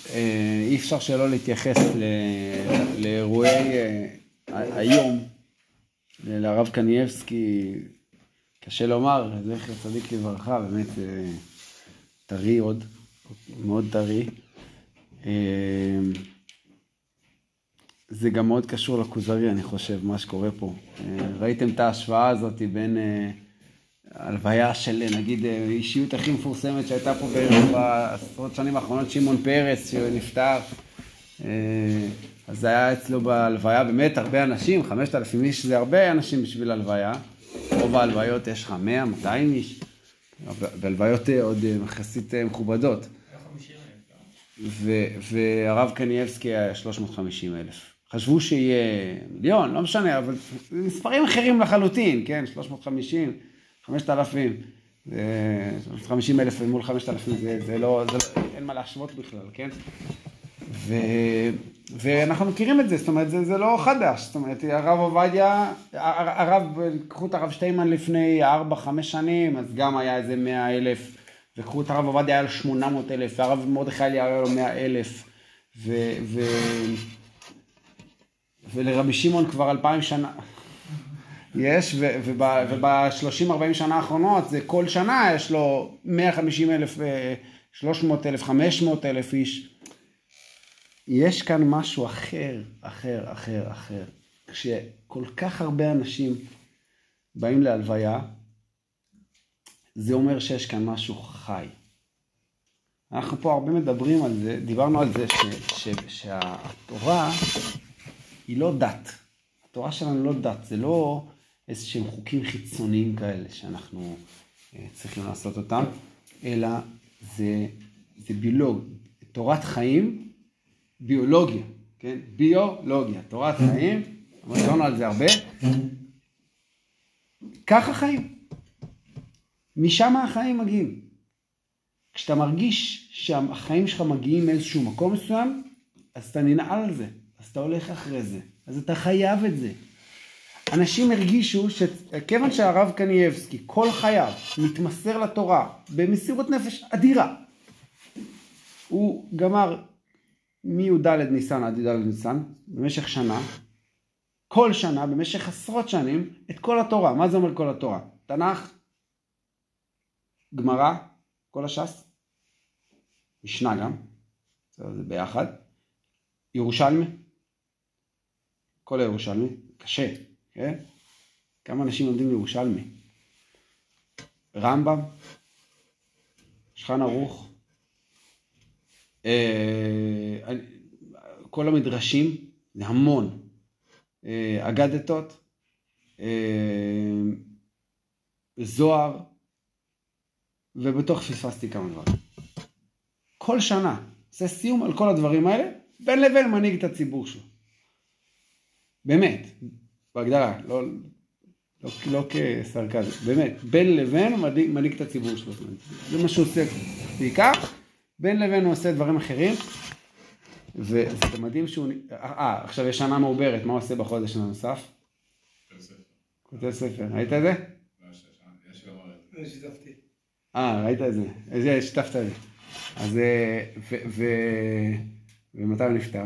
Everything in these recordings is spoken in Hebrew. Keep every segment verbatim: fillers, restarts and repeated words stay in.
אי אפשר שלא להתייחס לאירועי היום, לרב קניאבסקי, קשה לומר, זכר צדיק לברכה, באמת טרי עוד, מאוד טרי. זה גם מאוד קשור לכוזרי, אני חושב, מה שקורה פה. ראיתם את ההשוואה הזאת בין הלוויה של, נגיד, אישיות הכי מפורסמת שהייתה פה בעשרות שנים האחרונות, שמעון פרס, שנפטר. אז זה היה אצלו בהלוויה, באמת הרבה אנשים, חמשת אלפים איש, זה הרבה אנשים בשביל הלוויה. רוב ההלוויות יש לך מאה, מאתיים איש, בהלוויות עוד יחסית מכובדות. והרב קניאבסקי היה שלוש מאות וחמישים אלף. חשבו שיהיה מיליון, לא משנה, אבל מספרים אחרים לחלוטין, כן? שלוש מאות וחמישים, חמשת אלפים, שלוש מאות וחמישים אלף מול חמשת אלפים, זה, זה לא, זה לא, אין מה להשוות בכלל, כן? ו, ואנחנו מכירים את זה, זאת אומרת, זה, זה לא חדש, זאת אומרת, הרב עובדיה, הרב, קחו את הרב שטיימן לפני ארבע, חמש שנים, אז גם היה איזה מאה אלף, וקחו את הרב עובדיה היה לו שמונה מאות אלף, והרב מרדכי היה לו מאה אלף, ו, ו, ולרבי שמעון כבר אלפיים שנה יש, וב-שלושים ארבעים שנה האחרונות, זה כל שנה יש לו מאה וחמישים אלף, שלוש מאות אלף, חמש מאות אלף איש. יש כאן משהו אחר, אחר, אחר, אחר. כשכל כך הרבה אנשים באים להלוויה, זה אומר שיש כאן משהו חי. אנחנו פה הרבה מדברים על זה, דיברנו על זה ש, ש, שהתורה היא לא דת. התורה שלנו לא דת, זה לא איזשהם חוקים חיצוניים כאלה שאנחנו צריכים לעשות אותם, אלא זה, זה ביולוג, תורת חיים, ביולוגיה, כן? ביולוגיה, תורת חיים, אמרנו על זה הרבה, ככה חיים. משם החיים מגיעים. כשאתה מרגיש שהחיים שלך מגיעים מאיזשהו מקום מסוים, אז אתה ננעל על זה, אז אתה הולך אחרי זה, אז אתה חייב את זה. אנשים הרגישו שכיוון שהרב קניאבסקי כל חייו מתמסר לתורה במסירות נפש אדירה, הוא גמר מי"ד ניסן עד י"ד ניסן במשך שנה, כל שנה, במשך עשרות שנים, את כל התורה. מה זה אומר כל התורה? תנ"ך, גמרא, כל הש"ס, משנה גם, זה ביחד, ירושלמי, כל הירושלמי, קשה, כן? כמה אנשים לומדים ירושלמי? רמב"ם, שולחן ערוך, אה, כל המדרשים, זה המון, אה, אגדתות, אה, זוהר, ובתוך פספסתי כמה דברים. כל שנה, זה סיום על כל הדברים האלה, בין לבין מנהיג את הציבור שלו. באמת, בהגדרה, לא, לא, לא כסרקזם, באמת, בין לבין מנהיג, מנהיג את הציבור שלו. זה מה שהוא עושה בעיקר, בין לבין הוא עושה דברים אחרים, וזה מדהים שהוא... אה, עכשיו יש שנה מעוברת, מה הוא עושה בחודש הנוסף? כותב ספר. כותב ספר, ראית את זה? לא, יש גם הרי. זה שיתפתי. אה, ראית את זה? איזה שיתפת את זה. אז, ו... ו... ומתי הוא נפטר?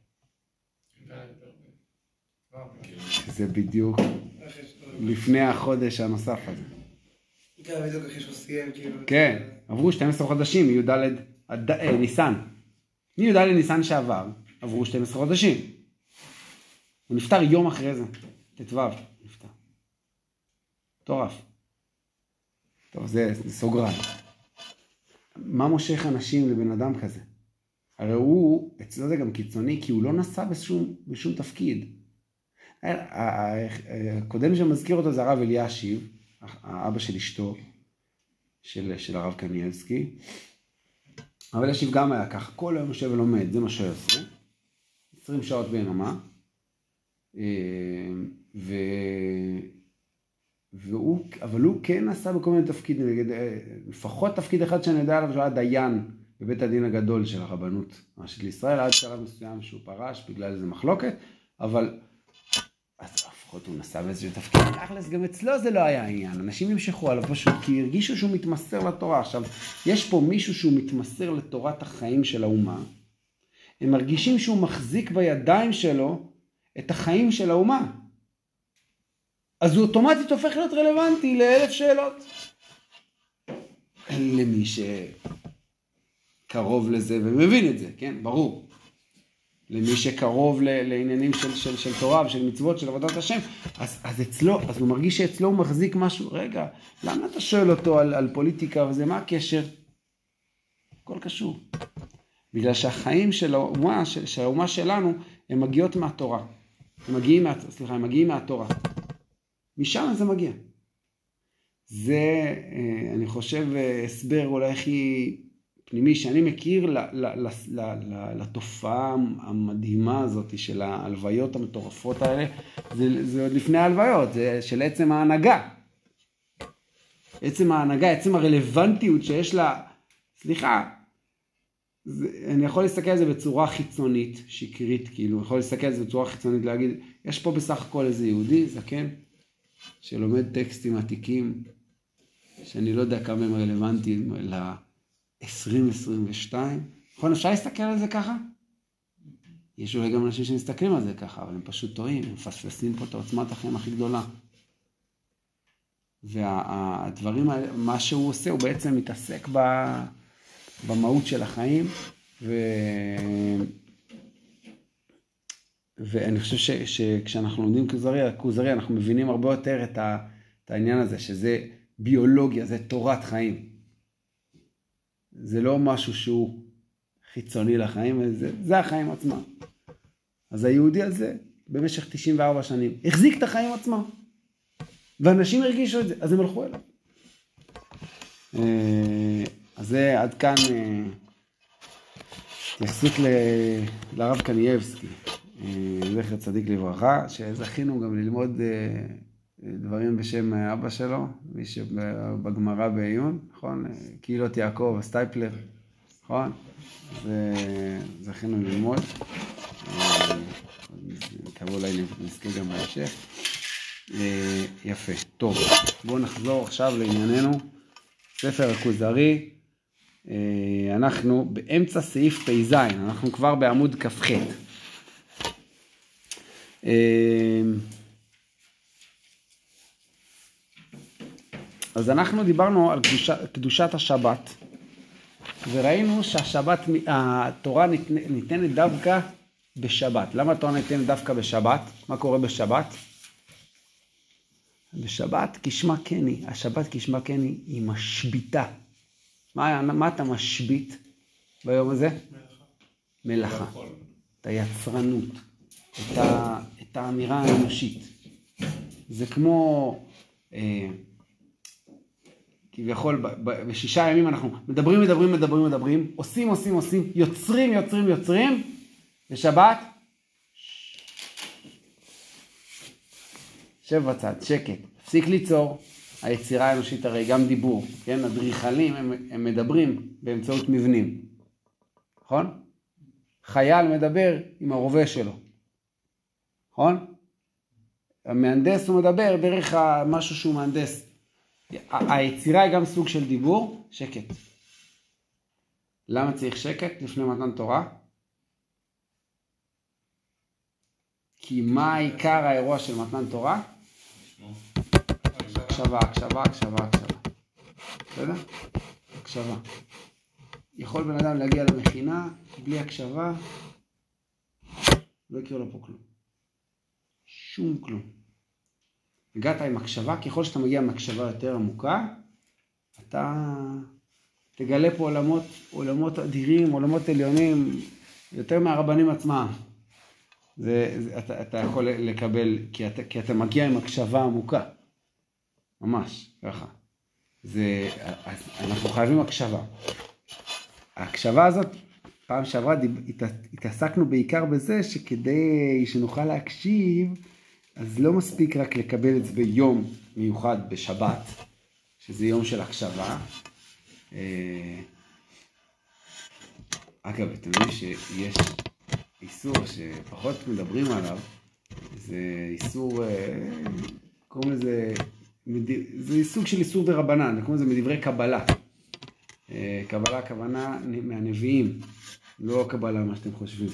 זה בדיוק לפני החודש הנוסף הזה. כן, בדיוק אחרי שהוא סיים, כאילו... כן, עברו שנים עשר חודשים, מי"ד ניסן. מי"ד ניסן שעבר, עברו שנים עשר חודשים. הוא נפטר יום אחרי זה, תתוו, נפטר. טורף. טוב, זה, זה סוגרן. מה מושך אנשים לבן אדם כזה? הרי הוא, אצלו זה גם קיצוני, כי הוא לא נסע בשום, בשום תפקיד. הקודם שמזכיר אותו זה הרב אלישיב, האבא של אשתו, של, של הרב קניאבסקי. הרב אלישיב גם היה ככה, כל היום יושב ולומד, זה מה שהוא עושה. עשרים שעות ביממה. ו... והוא, אבל הוא כן נסע בכל מיני תפקיד, לפחות תפקיד אחד שאני יודע עליו, שהוא היה דיין בבית הדין הגדול של הרבנות של ישראל, עד שלב מסוים שהוא פרש בגלל איזה מחלוקת, אבל אז לפחות הוא נסע באיזשהו תפקיד, אחלס גם אצלו זה לא היה העניין, אנשים ימשכו עליו פשוט, כי הרגישו שהוא מתמסר לתורה. עכשיו, יש פה מישהו שהוא מתמסר לתורת החיים של האומה, הם מרגישים שהוא מחזיק בידיים שלו את החיים של האומה. אז הוא אוטומטית הופך להיות רלוונטי לאלף שאלות. למי שקרוב לזה ומבין את זה, כן? ברור. למי שקרוב לעניינים של, של, של תורה ושל מצוות של עבודת השם, אז, אז אצלו, אז הוא מרגיש שאצלו הוא מחזיק משהו. רגע, למה אתה שואל אותו על, על פוליטיקה וזה? מה הקשר? הכל קשור. בגלל שהחיים של האומה, של, של האומה שלנו, הם מגיעות מהתורה. הם מגיעים, מה, סליחה, הם מגיעים מהתורה. משם זה מגיע. זה, אני חושב, הסבר אולי הכי פנימי שאני מכיר ל, ל, ל, ל, ל, לתופעה המדהימה הזאת של ההלוויות המטורפות האלה. זה, זה עוד לפני ההלוויות, זה של עצם ההנהגה. עצם ההנהגה, עצם הרלוונטיות שיש לה, סליחה, זה, אני יכול להסתכל על זה בצורה חיצונית, שקרית, כאילו, יכול להסתכל על זה בצורה חיצונית, להגיד, יש פה בסך הכל איזה יהודי, זקן, שלומד טקסטים עתיקים, שאני לא יודע כמה הם רלוונטיים ל-עשרים עשרים ושתיים. נכון, אפשר להסתכל על זה ככה? יש אולי גם אנשים שמסתכלים על זה ככה, אבל הם פשוט טועים, הם מפספסים פה את העוצמת החיים הכי גדולה. והדברים האלה, מה שהוא עושה, הוא בעצם מתעסק במהות של החיים, ו... ואני חושב ש, שכשאנחנו לומדים כוזרי, כוזרי, אנחנו מבינים הרבה יותר את, ה, את העניין הזה, שזה ביולוגיה, זה תורת חיים. זה לא משהו שהוא חיצוני לחיים, זה, זה החיים עצמם. אז היהודי הזה, במשך תשעים וארבע שנים, החזיק את החיים עצמם. ואנשים הרגישו את זה, אז הם הלכו אליו. אז זה עד כאן התייחסות לרב קנייבסקי. זכר צדיק לברכה, שזכינו גם ללמוד דברים בשם אבא שלו, מי שבגמרא בעיון, נכון? קהילות יעקב, הסטייפלר, נכון? וזכינו ללמוד. מקווה אולי נזכה גם בהמשך. יפה, טוב. בואו נחזור עכשיו לענייננו. ספר הכוזרי. אנחנו באמצע סעיף פ"ז, אנחנו כבר בעמוד כ"ח. אז אנחנו דיברנו על קדושה, קדושת השבת, וראינו שהשבת, התורה ניתנת דווקא בשבת. למה התורה ניתנת דווקא בשבת? מה קורה בשבת? בשבת כשמה כן היא, השבת כשמה כן היא, היא משביתה. מה, מה אתה משבית ביום הזה? מלאכה. מלאכה. את היצרנות. את, ה, את האמירה האנושית. זה כמו, אה, כביכול, ב, ב, בשישה ימים אנחנו מדברים, מדברים, מדברים, מדברים, עושים, עושים, עושים, יוצרים, יוצרים, יוצרים, בשבת, שב בצד, שקט, תפסיק ליצור. היצירה האנושית הרי גם דיבור, כן? אדריכלים הם, הם מדברים באמצעות מבנים, נכון? חייל מדבר עם הרובה שלו. נכון? המהנדס הוא מדבר דרך משהו שהוא מהנדס. היצירה היא גם סוג של דיבור, שקט. למה צריך שקט לפני מתן תורה? כי מה העיקר האירוע של מתן תורה? הקשבה, הקשבה, הקשבה, הקשבה. בסדר? הקשבה. יכול בן אדם להגיע למכינה בלי הקשבה, לא יקרה לו פה כלום. שום כלום. הגעת עם הקשבה, ככל שאתה מגיע עם הקשבה יותר עמוקה, אתה תגלה פה עולמות, עולמות אדירים, עולמות עליונים, יותר מהרבנים עצמם. זה, זה, אתה, אתה יכול לקבל, כי אתה, כי אתה מגיע עם הקשבה עמוקה. ממש, ככה. זה, אנחנו חייבים הקשבה. ההקשבה הזאת, פעם שעברה התעסקנו בעיקר בזה שכדי שנוכל להקשיב, אז לא מספיק רק לקבל את זה ביום מיוחד בשבת, שזה יום של הקשבה. אגב, אתם יודעים שיש איסור שפחות מדברים עליו, זה איסור, קוראים לזה, זה סוג של איסור דרבנן, קוראים לזה מדברי קבלה. קבלה הכוונה מהנביאים, לא קבלה מה שאתם חושבים.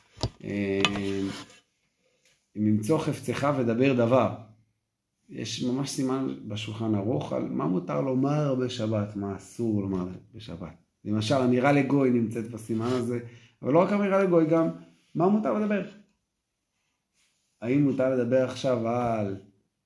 ממצוא חפצך ודבר דבר. יש ממש סימן בשולחן ערוך על מה מותר לומר בשבת, מה אסור לומר בשבת. למשל, אמירה לגוי נמצאת בסימן הזה, אבל לא רק אמירה לגוי, גם מה מותר לדבר. האם מותר לדבר עכשיו על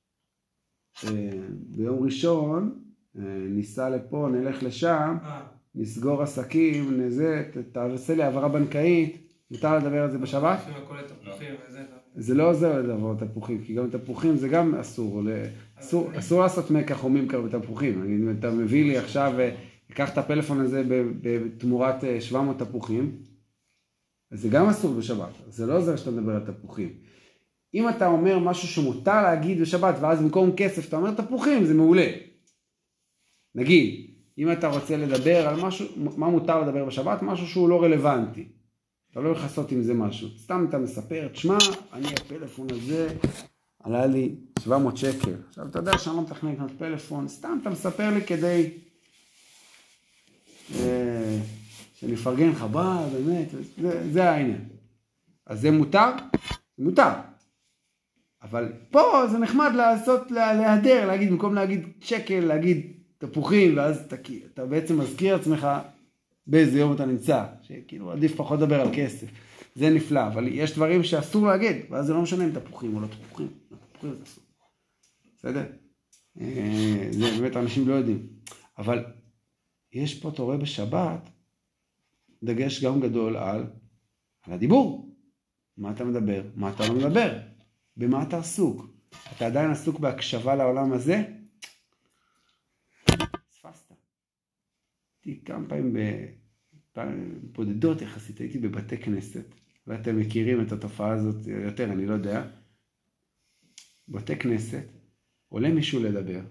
ביום ראשון, ניסע לפה, נלך לשם, נסגור עסקים, נזה, תעשה לי העברה בנקאית, מותר לדבר על זה בשבת? זה לא עוזר לדבר תפוחים, כי גם תפוחים זה גם אסור, אסור, אסור לעשות מקח חומים כאלה בתפוחים. אם אתה מביא לי עכשיו, לקח את הפלאפון הזה בתמורת שבע מאות תפוחים, אז זה גם אסור בשבת, זה לא עוזר שאתה מדבר על תפוחים. אם אתה אומר משהו שמותר להגיד בשבת, ואז במקום כסף אתה אומר תפוחים, זה מעולה. נגיד, אם אתה רוצה לדבר על משהו, מה מותר לדבר בשבת? משהו שהוא לא רלוונטי. אתה לא הולך לעשות עם זה משהו. סתם אתה מספר, תשמע, אני הפלאפון הזה, עלה לי שבע מאות שקל. עכשיו אתה יודע שאני לא מתכנן לקנות פלאפון, סתם אתה מספר לי כדי אה, שנפרגן לך בה, באמת, זה, זה העניין. אז זה מותר? זה מותר. אבל פה זה נחמד לעשות, להיעדר, להגיד, במקום להגיד שקל, להגיד תפוחים, ואז אתה, אתה בעצם מזכיר עצמך באיזה יום אתה נמצא, שכאילו עדיף פחות לדבר על כסף. זה נפלא, אבל יש דברים שאסור להגיד, ואז זה לא משנה אם תפוחים או לא תפוחים. תפוחים זה אסור. בסדר? זה באמת אנשים לא יודעים. אבל יש פה, אתה רואה בשבת, דגש גם גדול על, על הדיבור. מה אתה מדבר? מה אתה לא מדבר? במה אתה עסוק? אתה עדיין עסוק בהקשבה לעולם הזה? ספסת. הייתי כמה פעמים בודדות יחסית, הייתי בבתי כנסת, ואתם מכירים את התופעה הזאת יותר, אני לא יודע. בבתי כנסת, עולה מישהו לדבר,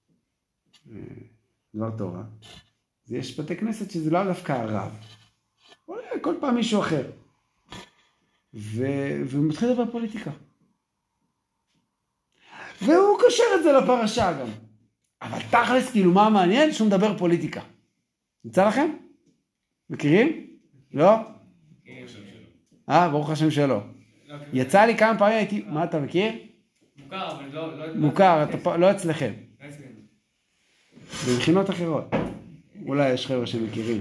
דבר תורה, אז יש בתי כנסת שזה לא דווקא הרב, עולה כל פעם מישהו אחר, ו... והוא מתחיל לדבר פוליטיקה. והוא קושר את זה לפרשה גם. אבל תכלס, כאילו, מה מעניין? שהוא מדבר פוליטיקה. נמצא לכם? מכירים? לא? אה, ברוך השם שלו. יצא לי כמה פעמים, הייתי, מה אתה מכיר? מוכר, אבל לא... מוכר, לא אצלכם. במכינות אחרות. אולי יש חבר'ה שמכירים.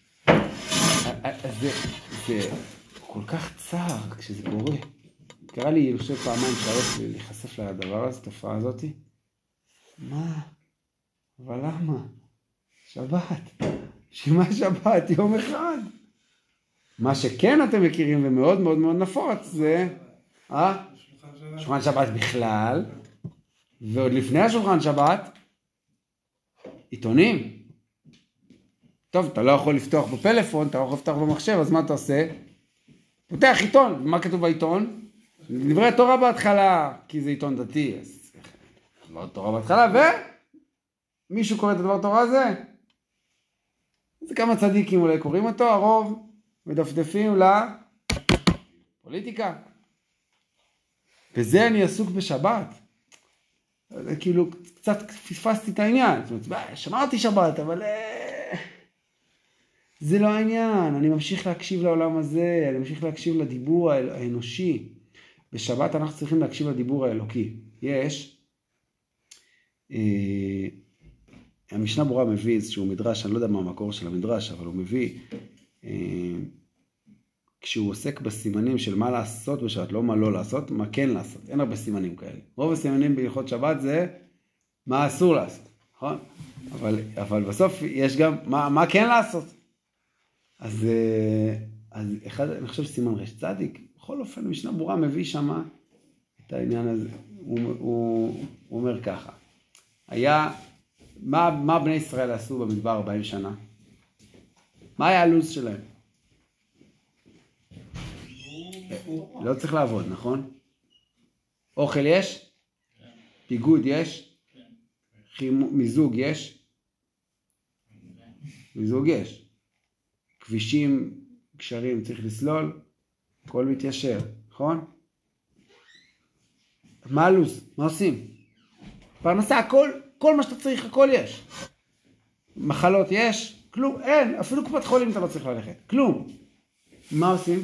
זה כל כך צער כשזה קורה. קרא לי, אני חושב פעמיים שעות להיחשף לדבר הזה, תופעה הזאת. מה? אבל למה? שבת. שמה שבת? יום אחד. מה שכן אתם מכירים ומאוד מאוד מאוד נפוץ זה, אה? שולחן שבת בכלל, ועוד לפני השולחן שבת, עיתונים. טוב, אתה לא יכול לפתוח בפלאפון, אתה לא יכול לפתוח במחשב, אז מה אתה עושה? פותח עיתון, מה כתוב בעיתון? דברי תורה בהתחלה, כי זה עיתון דתי, אז דבר תורה בהתחלה, ומישהו קורא את הדבר תורה הזה? זה כמה צדיקים אולי קוראים אותו, הרוב מדפדפים לפוליטיקה. וזה אני עסוק בשבת. כאילו, קצת פספסתי את העניין. זאת אומרת, שמרתי שבת, אבל זה לא העניין. אני ממשיך להקשיב לעולם הזה, אני ממשיך להקשיב לדיבור האנושי. בשבת אנחנו צריכים להקשיב לדיבור האלוקי. יש, אה, המשנה ברורה מביא איזשהו מדרש, אני לא יודע מה המקור של המדרש, אבל הוא מביא, אה, כשהוא עוסק בסימנים של מה לעשות בשבת, לא מה לא לעשות, מה כן לעשות. אין הרבה סימנים כאלה. רוב הסימנים בהלכות שבת זה מה אסור לעשות, נכון? אבל, אבל בסוף יש גם מה, מה כן לעשות. אז, אז אחד, אני חושב סימן רש צדיק, בכל אופן, משנה ברורה מביא שמה את העניין הזה. הוא, הוא, הוא אומר ככה, היה, מה, מה בני ישראל עשו במדבר ארבעים שנה? מה היה הלו"ז שלהם? לא צריך לעבוד, נכון? אוכל יש? פיגוד יש? מיזוג יש? מיזוג יש. כבישים, קשרים, צריך לסלול, הכל מתיישר, נכון? מה הלו"ז? מה עושים? פרנסה, הכל, כל מה שאתה צריך, הכל יש. מחלות יש? כלום, אין, אפילו קופת חולים אתה לא צריך ללכת, כלום. מה עושים?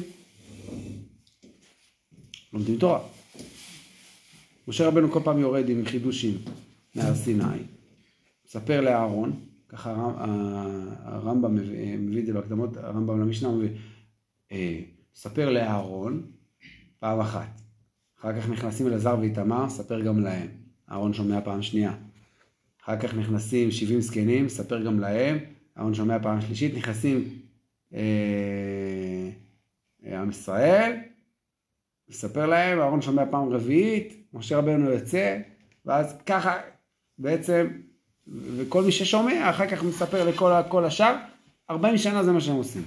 לומדים תורה. משה רבנו כל פעם יורד עם חידושים מהר סיני, מספר לאהרון, ככה הרמב"ם מביא את זה בהקדמות, הרמב"ם למשנה מביא, ספר לאהרון פעם אחת, אחר כך נכנסים אלעזר ואיתמר, ספר גם להם, אהרון שומע פעם שנייה, אחר כך נכנסים שבעים זקנים, ספר גם להם, אהרון שומע פעם שלישית, נכנסים אה, עם ישראל, מספר להם, אהרון שומע פעם רביעית, משה רבנו יוצא, ואז ככה בעצם, וכל מי ששומע, אחר כך מספר לכל כל השאר, ארבעים שנה זה מה שהם עושים.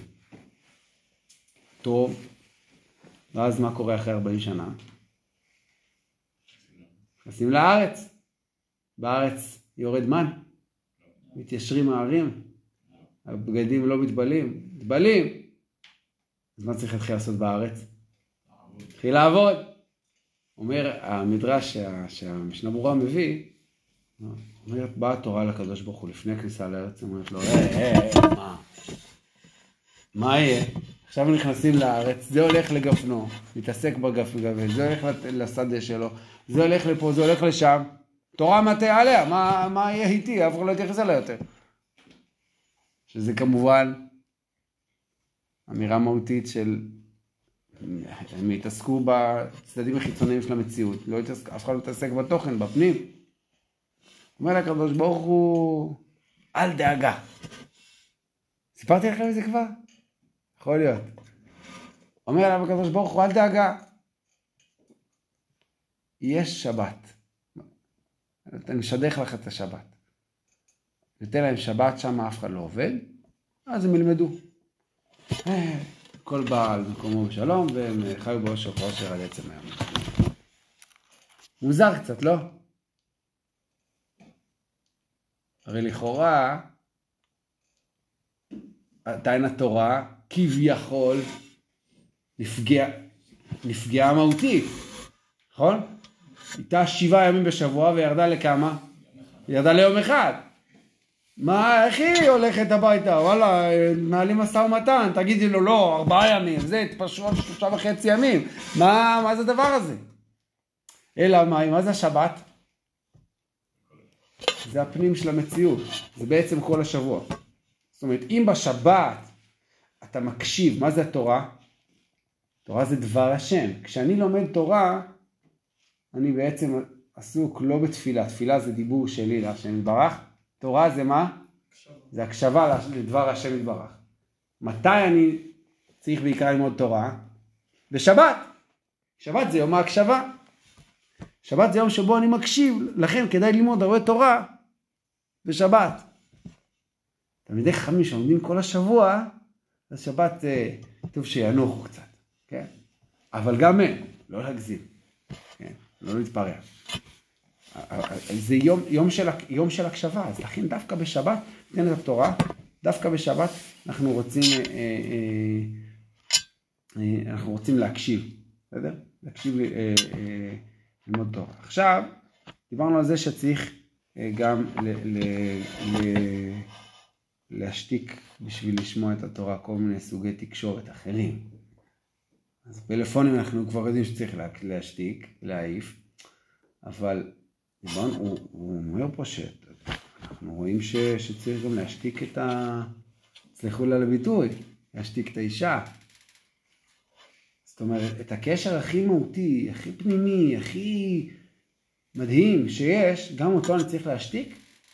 טוב, ואז מה קורה אחרי ארבעים שנה? נכנסים לארץ, בארץ יורד מן, מתיישרים הערים, הבגדים לא מתבלים, מתבלים. אז מה צריך להתחיל לעשות בארץ? התחיל לעבוד. אומר המדרש שהמשנה ברורה מביא, אומרת, באה התורה לקדוש ברוך הוא לפני הכניסה לארץ, אומרת לו, היי, היי, מה? מה יהיה? עכשיו נכנסים לארץ, זה הולך לגפנו, מתעסק בגף וגבל, זה הולך לשדה שלו, זה הולך לפה, זה הולך לשם, תורה מטה עליה, מה, מה יהיה איתי? אף אחד לא יתייחס עליה יותר. שזה כמובן אמירה מהותית של, הם יתעסקו בצדדים החיצוניים של המציאות, לא יתעסק, אף אחד לא יתעסק בתוכן, בפנים. אומר לקדוש ברוך הוא, אל דאגה. סיפרתי לכם את זה כבר? יכול להיות. אומר אליו הקדוש ברוך הוא, אל דאגה. יש שבת. אני משדך לך את השבת. ניתן להם שבת, שם אף אחד לא עובד, אז הם ילמדו. כל בעל מקומו בשלום, והם חיו באושר ואושר עד עצם היום. מוזר קצת, לא? הרי לכאורה, עדיין התורה כביכול נפגעה, נפגעה מהותית, נכון? הייתה שבעה ימים בשבוע וירדה לכמה? ירדה ליום אחד. מה, איך היא הולכת הביתה? וואלה, נעלים משא ומתן, תגידי לו לא, ארבעה ימים, זה התפשרו על שלושה וחצי ימים. מה, מה זה הדבר הזה? אלא מה, מה זה השבת? זה הפנים של המציאות, זה בעצם כל השבוע. זאת אומרת, אם בשבת אתה מקשיב, מה זה התורה? תורה זה דבר השם. כשאני לומד תורה, אני בעצם עסוק לא בתפילה. תפילה זה דיבור שלי להשם יתברך. תורה זה מה? הקשבה. זה הקשבה לדבר השם יתברך. מתי אני צריך בעיקר ללמוד תורה? בשבת. שבת זה יום ההקשבה. שבת זה יום שבו אני מקשיב, לכן כדאי ללמוד הרבה תורה בשבת. תלמידי חכמים שלומדים כל השבוע, אז שבת טוב שינוחו קצת, כן? אבל גם הם, לא להגזים, כן? לא להתפרע. זה יום, יום, של, יום של הקשבה, אז לכן דווקא בשבת, ניתן את התורה, דווקא בשבת אנחנו רוצים, אה, אה, אה, אנחנו רוצים להקשיב, בסדר? להקשיב, אה, אה, ללמוד תורה. עכשיו, דיברנו על זה שצריך אה, גם ל, ל, ל, להשתיק בשביל לשמוע את התורה, כל מיני סוגי תקשורת אחרים. אז פלאפונים אנחנו כבר יודעים שצריך לה, להשתיק, להעיף, אבל דיברנו, הוא, הוא אומר פה שאנחנו רואים ש, שצריך גם להשתיק את ה... סליחו לה לביטוי, להשתיק את האישה. זאת אומרת, את הקשר הכי מהותי, הכי פנימי, הכי מדהים שיש, גם אותו אני צריך להשתיק?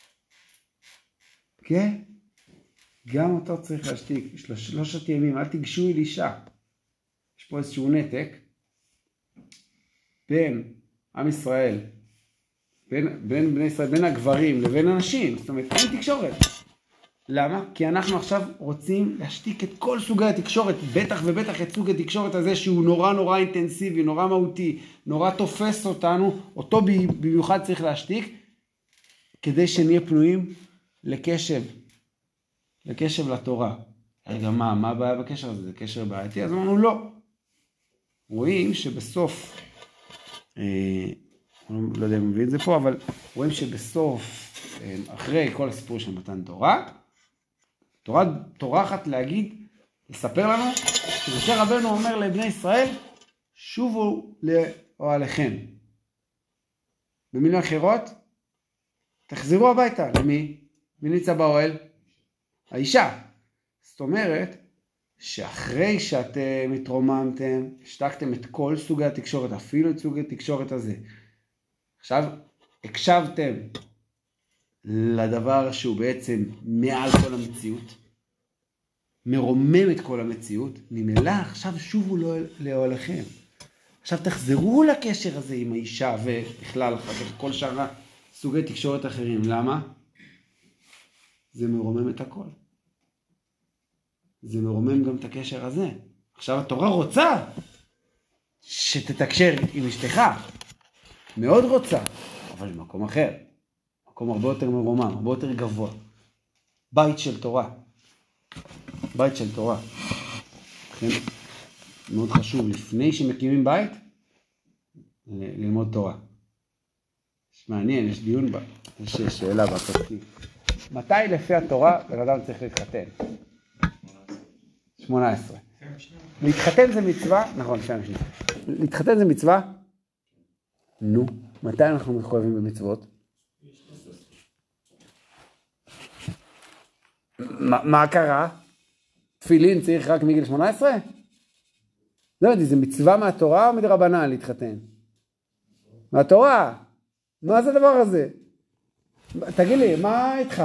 כן? גם אותו צריך להשתיק. שלוש, שלושת ימים, אל תיגשו אל אישה. יש פה איזשהו נתק בין עם ישראל, בין, בין בני ישראל, בין הגברים לבין הנשים. זאת אומרת, אין תקשורת. למה? כי אנחנו עכשיו רוצים להשתיק את כל סוגי התקשורת, בטח ובטח את סוג התקשורת הזה שהוא נורא נורא אינטנסיבי, נורא מהותי, נורא תופס אותנו, אותו במיוחד צריך להשתיק, כדי שנהיה פנויים לקשב, לקשב לתורה. רגע, מה, מה הבעיה בקשר הזה? זה קשר בעייתי? אז אמרנו לא. רואים שבסוף, אה, לא יודע אם מביא את זה פה, אבל רואים שבסוף, אה, אחרי כל הסיפור של מתן תורה, תורה טורחת להגיד, לספר לנו שמשה רבנו אומר לבני ישראל, שובו לאוהליכם. במילים אחרות, תחזרו הביתה. למי? מי נמצא באוהל? האישה. זאת אומרת, שאחרי שאתם התרוממתם, השתקתם את כל סוגי התקשורת, אפילו את סוגי התקשורת הזה. עכשיו, הקשבתם לדבר שהוא בעצם מעל כל המציאות, מרומם את כל המציאות, ממילא עכשיו שובו לאוהליכם. עכשיו תחזרו לקשר הזה עם האישה ובכלל אחר כך כל שאר סוגי תקשורת אחרים. למה? זה מרומם את הכל. זה מרומם גם את הקשר הזה. עכשיו התורה רוצה שתתקשר עם אשתך. מאוד רוצה, אבל במקום אחר. מקום הרבה יותר מרומם, הרבה יותר גבוה. בית של תורה. בית של תורה. לכן מאוד חשוב, לפני שמקימים בית, ללמוד תורה. יש מעניין, יש דיון בה, יש שאלה בפסקים. מתי לפי התורה בן אדם צריך להתחתן? שמונה עשרה. להתחתן זה מצווה, נכון, לפי המשנה. להתחתן זה מצווה? נו, מתי אנחנו מחויבים במצוות? מה, מה קרה? תפילין צריך רק מגיל שמונה עשרה? לא יודעת, זה מצווה מהתורה או מדרבנן להתחתן? מהתורה. מה זה הדבר הזה? תגיד לי, מה איתך?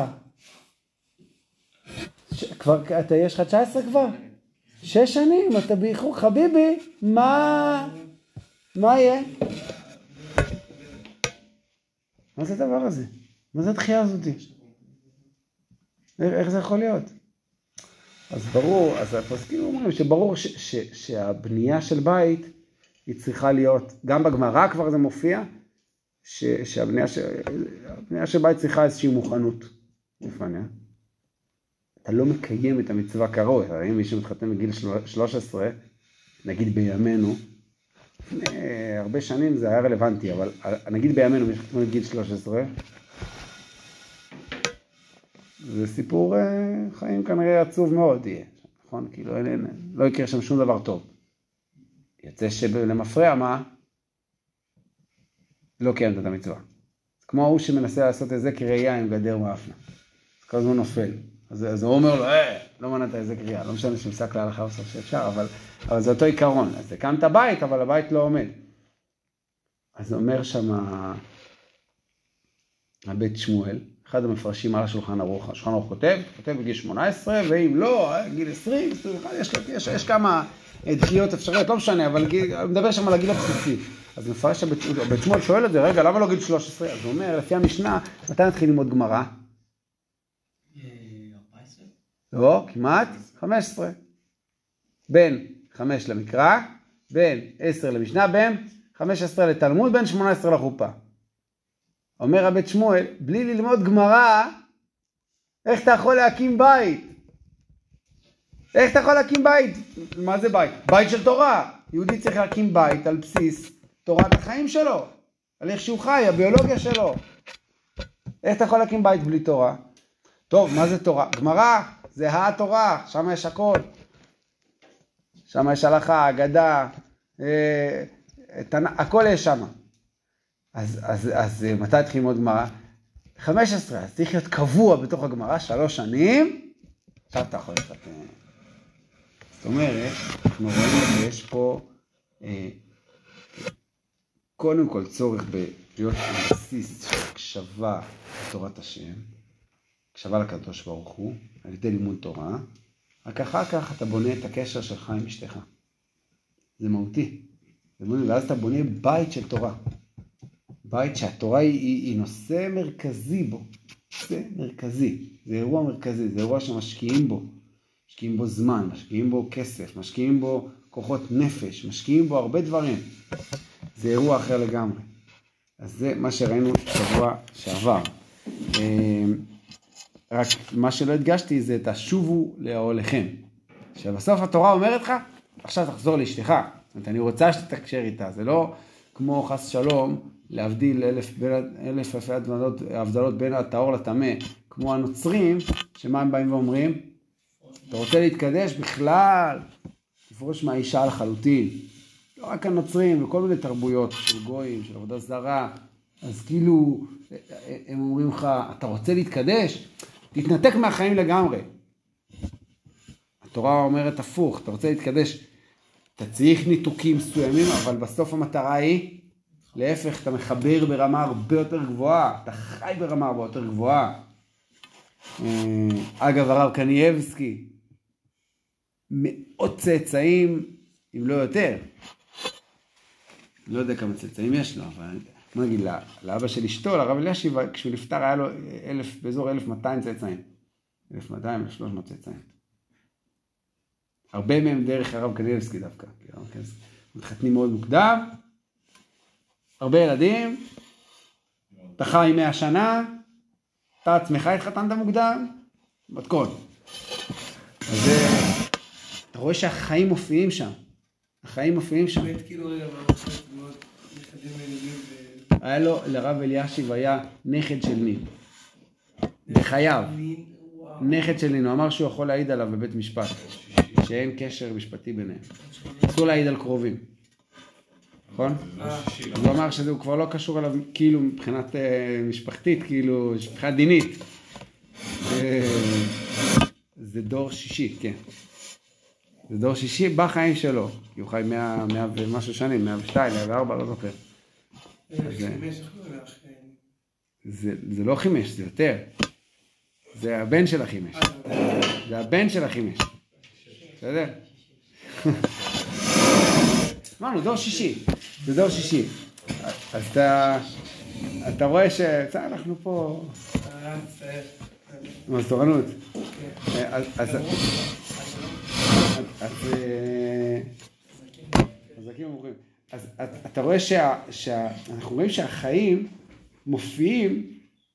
ש... כבר, אתה יש לך תשע עשרה כבר? שש שנים, אתה באיחור, חביבי, מה... מה יהיה? מה זה הדבר הזה? מה זה הדחייה הזאתי? איך זה יכול להיות? אז ברור, אז הפוסקים אומרים שברור ש, ש, שהבנייה של בית היא צריכה להיות, גם בגמרא כבר זה מופיע, ש, שהבנייה של, הבנייה של בית צריכה איזושהי מוכנות לפניה. אתה לא מקיים את המצווה כראוי, אם מישהו מתחתן בגיל שלוש עשרה, נגיד בימינו, לפני הרבה שנים זה היה רלוונטי, אבל נגיד בימינו מישהו מתחתן בגיל שלוש עשרה, זה סיפור חיים כנראה עצוב מאוד יהיה, נכון? כי לא, לא יקרה שם שום דבר טוב. יצא שלמפרע מה? לא קיימת את המצווה. כמו הוא שמנסה לעשות איזה קריאה עם גדר מאפנה. אז כל הזמן נופל. אז, אז הוא אומר לו, אה, לא מנעת איזה קריאה. לא משנה שמסק להלכה בסוף שאפשר, אבל, אבל זה אותו עיקרון. אז הקמת בית, אבל הבית לא עומד. אז אומר שם הבית שמואל, אחד המפרשים על השולחן ערוך, השולחן ערוך כותב, כותב בגיל שמונה עשרה, ואם לא, גיל עשרים, עשרים ואחת, יש, יש, יש כמה דחיות אפשריות, לא משנה, אבל גיל, מדבר שם על הגיל הבסיסי. אז מפרש הבית שמואל שואל את זה, רגע, למה לא גיל שלוש עשרה? אז הוא אומר, לפי המשנה, מתי נתחיל ללמוד גמרא? ארבע עשרה? לא, כמעט, חמש עשרה. בין חמש למקרא, בין עשר למשנה, בין חמש עשרה לתלמוד, בין שמונה עשרה לחופה. אומר הבית שמואל, בלי ללמוד גמרא, איך אתה יכול להקים בית? איך אתה יכול להקים בית? מה זה בית? בית של תורה. יהודי צריך להקים בית על בסיס תורת החיים שלו, על איך שהוא חי, הביולוגיה שלו. איך אתה יכול להקים בית בלי תורה? טוב, מה זה תורה? גמרא זה התורה, שם יש הכל. שם יש הלכה, אגדה, אה, תנא, הכל יש שם. אז, אז, אז מתי התחיל ללמוד גמרא? חמש עשרה, אז צריך להיות קבוע בתוך הגמרא, שלוש שנים, עכשיו אתה יכול להתחתן. זאת אומרת, אנחנו רואים שיש פה, אה, קודם כל צורך להיות בסיס של הקשבה לתורת השם, הקשבה לקדוש ברוך הוא, על ידי לימוד תורה, רק אחר כך אתה בונה את הקשר שלך עם אשתך. זה מהותי. ואז אתה בונה בית של תורה. בית שהתורה היא, היא, היא נושא מרכזי בו. נושא מרכזי. זה אירוע מרכזי, זה אירוע שמשקיעים בו. משקיעים בו זמן, משקיעים בו כסף, משקיעים בו כוחות נפש, משקיעים בו הרבה דברים. זה אירוע אחר לגמרי. אז זה מה שראינו שבוע שעבר. רק מה שלא הדגשתי זה תשובו לאוהליכם. שבסוף התורה אומרת לך, עכשיו תחזור לאשתך. זאת אומרת, אני רוצה שתתקשר איתה. זה לא כמו חס שלום, להבדיל אלף, אלף אלפי הבדלות בין הטהור לטמא, כמו הנוצרים, שמה הם באים ואומרים? אתה רוצה להתקדש בכלל? לפרוש מהאישה לחלוטין. לא רק הנוצרים, וכל מיני תרבויות של גויים, של עבודה זרה. אז כאילו, הם אומרים לך, אתה רוצה להתקדש? תתנתק מהחיים לגמרי. התורה אומרת הפוך, אתה רוצה להתקדש, אתה צריך ניתוקים מסוימים, אבל בסוף המטרה היא, להפך, אתה מחבר ברמה הרבה יותר גבוהה, אתה חי ברמה הרבה יותר גבוהה. אגב, הרב קניאבסקי, מאות צאצאים, אם לא יותר. לא יודע כמה צאצאים יש לו, אבל מה נגיד, לאבא של אשתו, לרב אלישיב, כשהוא נפטר היה לו אלף, באזור אלף מאתיים צאצאים. אלף מאתיים, אלף ושלוש מאות צאצאים. הרבה מהם דרך הרב קניאבסקי דווקא. מתחתנים מאוד מוקדם, הרבה ילדים, אתה חי מאה שנה, אתה עצמך התחתנת מוקדם, מתכון. אז אתה רואה שהחיים מופיעים שם. החיים מופיעים שם. באמת כאילו רגע, ממש מאוד נכדים לילדים ו... היה לו, לרב אלישיב היה נכד של נין. בחייו. נכד של נין. הוא אמר שהוא יכול להעיד עליו בבית משפט. שאין קשר משפטי ביניהם. אסור להעיד על קרובים. נכון? הוא אמר שזה כבר לא קשור אליו, כאילו מבחינת משפחתית, כאילו משפחה דינית. זה דור שישי, כן. זה דור שישי בחיים שלו. כי הוא חי מאה ומשהו שנים, מאה ושתיים, מאה וארבע, לא זוכר. זה לא חימש, זה יותר. זה הבן של החימש. זה הבן של החימש. בסדר? אמרנו, דור שישי. זה דור שישי. אז אתה, אתה רואה ש... אנחנו פה... מה, תורנות? אז... אז... חזקים ומורים. אז אתה רואה שאנחנו רואים שהחיים מופיעים,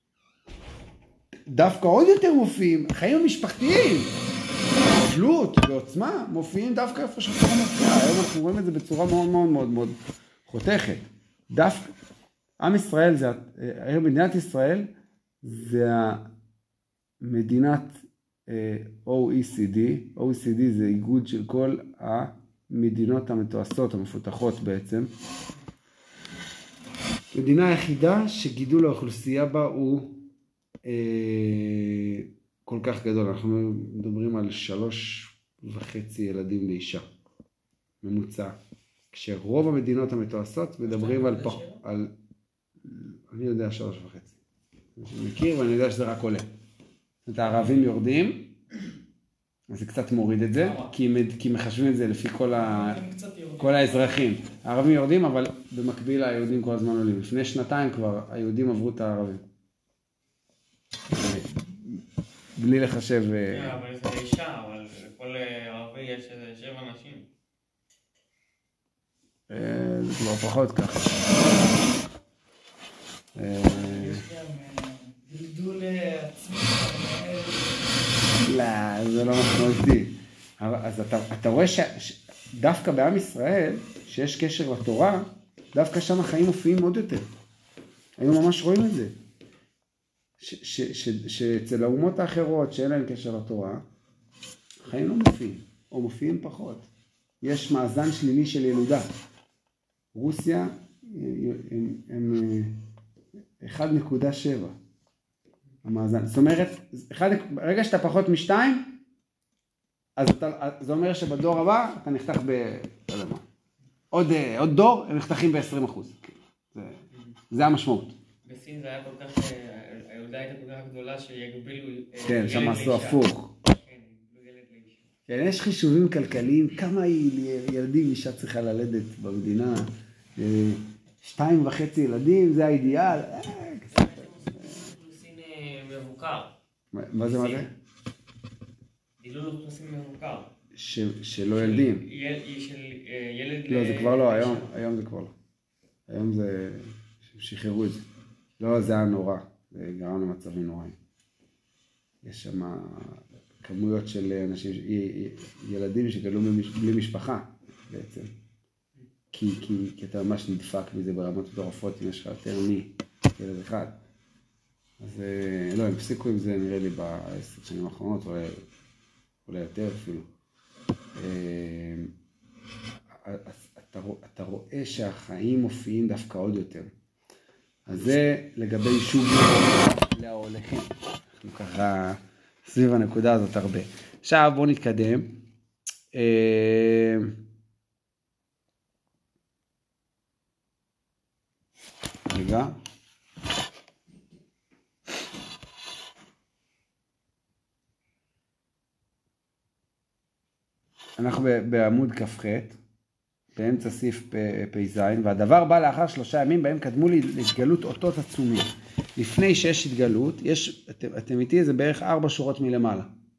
דווקא עוד יותר מופיעים, החיים המשפחתיים, גדלות ועוצמה, מופיעים דווקא איפה שהתורה מופיעה. היום אנחנו רואים את זה בצורה מאוד מאוד מאוד מאוד חותכת. דווקא, עם ישראל, זה, היום מדינת ישראל, זה המדינת או אי סי די, או אי סי די זה איגוד של כל המדינות המתועשות, המפותחות בעצם. מדינה היחידה שגידול האוכלוסייה בה הוא אה, כל כך גדול. אנחנו מדברים על שלוש וחצי ילדים לאישה, ממוצע. כשרוב המדינות המתועשות מדברים על, פח, על, אני יודע שלוש וחצי. אני מכיר ואני יודע שזה רק עולה. את הערבים יורדים, אז זה קצת מוריד את זה, כי, כי מחשבים את זה לפי כל, ה, כל האזרחים. הערבים יורדים, אבל במקביל היהודים כל הזמן עולים. לפני שנתיים כבר היהודים עברו את הערבים. בלי לחשב... כן, אבל זה אישה, אבל לכל ערבי יש איזה שבע נשים. זה כבר פחות ככה. דלדול עצמי. לא, זה לא משמעותי. אז אתה, אתה רואה שדווקא בעם ישראל, שיש קשר לתורה, דווקא שם החיים מופיעים עוד יותר. היום ממש רואים את זה. שאצל האומות האחרות שאין להם קשר לתורה, החיים לא מופיעים, או מופיעים פחות. יש מאזן שלילי של ילודה. רוסיה הם, הם אחת נקודה שבע. המאזן. זאת אומרת, אחד, ברגע שאתה פחות משתיים, אז אתה, זה אומר שבדור הבא אתה נחתך ב... לא יודע מה. עוד, עוד דור, הם נחתכים ב-עשרים אחוז. זה, זה המשמעות. בסין זה היה כל כך, הילודה הייתה כל כך גדולה שיגבילו ילד לאישה. כן, שם עשו הפוך. כן, יגבילו ילד לאישה. כן, יש חישובים כלכליים, כמה ילדים אישה צריכה ללדת במדינה. שתיים וחצי ילדים, זה האידיאל. אוכלוסין מבוקר. מה זה, מה זה? דילול אוכלוסין מבוקר. שלא ילדים. של ילד... לא, זה כבר לא, היום, היום זה כבר לא. היום זה, שחררו את זה. לא, זה היה נורא, זה גרם למצבים נוראים. יש שם כמויות של אנשים, ילדים שגדלו בלי משפחה בעצם. כי, כי, כי אתה ממש נדפק מזה ברמות מטורפות, אם יש לך יותר מילד אחד. אז לא, הם הפסיקו עם זה נראה לי בעשר שנים האחרונות, אולי, אולי יותר אפילו. אתה רואה שהחיים מופיעים דווקא עוד יותר. אז זה לגבי שוב להולכים. אנחנו ככה סביב הנקודה הזאת הרבה. עכשיו בואו נתקדם. רגע. אנחנו בעמוד כ"ח, באמצע סעיף פ"ז, והדבר בא לאחר שלושה ימים בהם קדמו להתגלות אותות עצומים. לפני שיש התגלות, יש, אתם, אתם איתי, זה בערך ארבע שורות מלמעלה.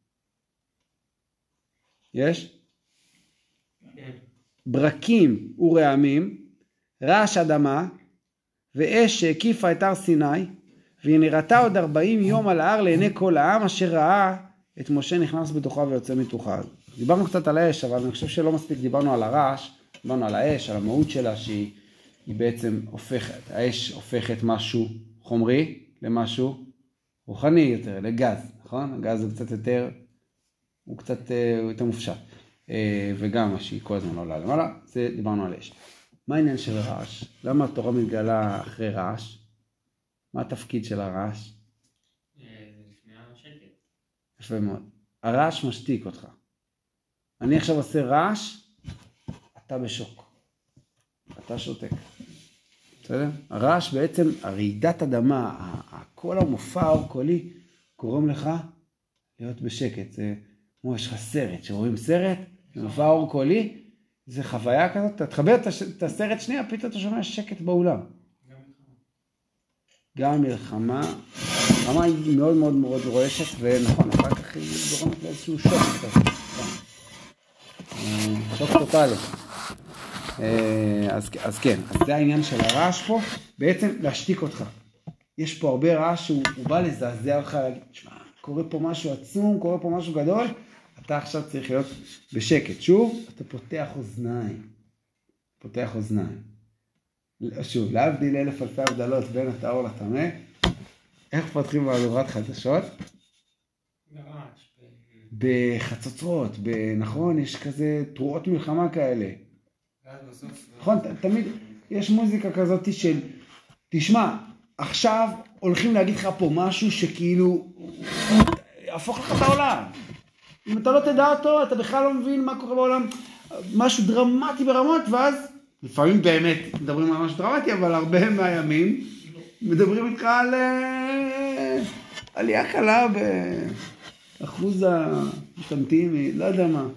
יש? כן. ברקים ורעמים, רעש אדמה, ואש שהקיפה את הר סיני, והיא נראתה עוד ארבעים יום על ההר לעיני כל העם, אשר ראה את משה נכנס בתוכה ויוצא מתוכה. דיברנו קצת על האש, אבל אני חושב שלא מספיק דיברנו על הרעש, דיברנו על האש, על המהות שלה, שהיא בעצם הופכת, האש הופכת משהו חומרי למשהו רוחני יותר, לגז, נכון? הגז הוא קצת יותר, הוא קצת הוא יותר מופשט, וגם מה שהיא כל הזמן עולה למעלה, זה דיברנו על אש. מה העניין של רעש? למה התורה מתגלה אחרי רעש? מה התפקיד של הרעש? לפני השקט. יפה מאוד. הרעש משתיק אותך. אני עכשיו עושה רעש, אתה בשוק. אתה שותק. בסדר? הרעש בעצם, הרעידת אדמה, כל המופע האור-קולי, גורם לך להיות בשקט. זה כמו יש לך סרט, שרואים סרט, מופע האור-קולי, זה חוויה כזאת, אתה תחבר את הסרט שנייה, פתאום אתה שומע שקט באולם. גם מלחמה. מלחמה היא מאוד מאוד מאוד רועשת, ונכון, אחר כך היא גורמת לאיזשהו שוק. שוק טוטלי. אז, אז כן, אז זה העניין של הרעש פה, בעצם להשתיק אותך. יש פה הרבה רעש שהוא בא לזעזע לך, להגיד, תשמע, קורה פה משהו עצום, קורה פה משהו גדול, אתה עכשיו צריך להיות בשקט. שוב, אתה פותח אוזניים. פותח אוזניים. שוב, להבדיל אלף אלפי הבדלות בין הטהור לטמא, איך פותחים מהדורת חדשות? ברעש. בחצוצרות, נכון, יש כזה תרועות מלחמה כאלה. נכון, תמיד יש מוזיקה כזאת של, תשמע, עכשיו הולכים להגיד לך פה משהו שכאילו, יהפוך לך את העולם. אם אתה לא תדע אותו, אתה בכלל לא מבין מה קורה בעולם, משהו דרמטי ברמות, ואז לפעמים באמת מדברים על משהו דרמטי, אבל הרבה מהימים מדברים איתך על עלייה קלה באחוז המשתמטים, לא יודע מה.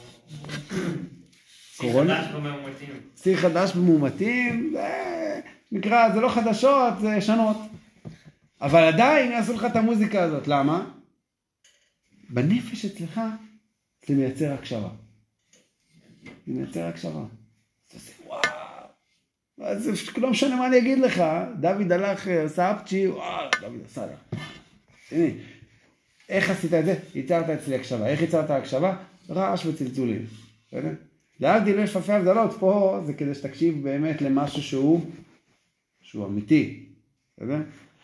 סיר חדש במאומתים. סיר חדש במאומתים, זה נקרא, זה לא חדשות, זה ישנות. אבל עדיין יעשו לך את המוזיקה הזאת, למה? בנפש אצלך זה מייצר הקשבה. זה מייצר הקשבה. זה וואו. אז לא משנה מה אני אגיד לך, דוד הלך, עשה אפצ'י, וואו, דוד עשה לך. הנה, איך עשית את זה? ייצרת אצלי הקשבה. איך ייצרת הקשבה? רעש וצלצולים. בסדר? להבדיל יש אלפי הבדלות, פה זה כדי שתקשיב באמת למשהו שהוא, שהוא אמיתי. בסדר?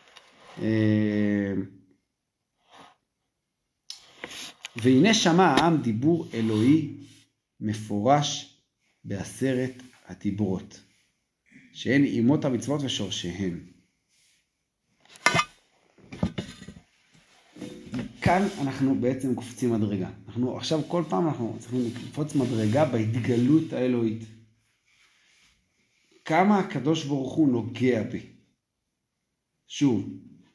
והנה שמע העם דיבור אלוהי מפורש בעשרת הדיברות, שהן אימות המצוות ושורשיהן. כאן אנחנו בעצם קופצים מדרגה. אנחנו עכשיו כל פעם אנחנו צריכים לקפוץ מדרגה בהתגלות האלוהית. כמה הקדוש ברוך הוא נוגע בי. שוב,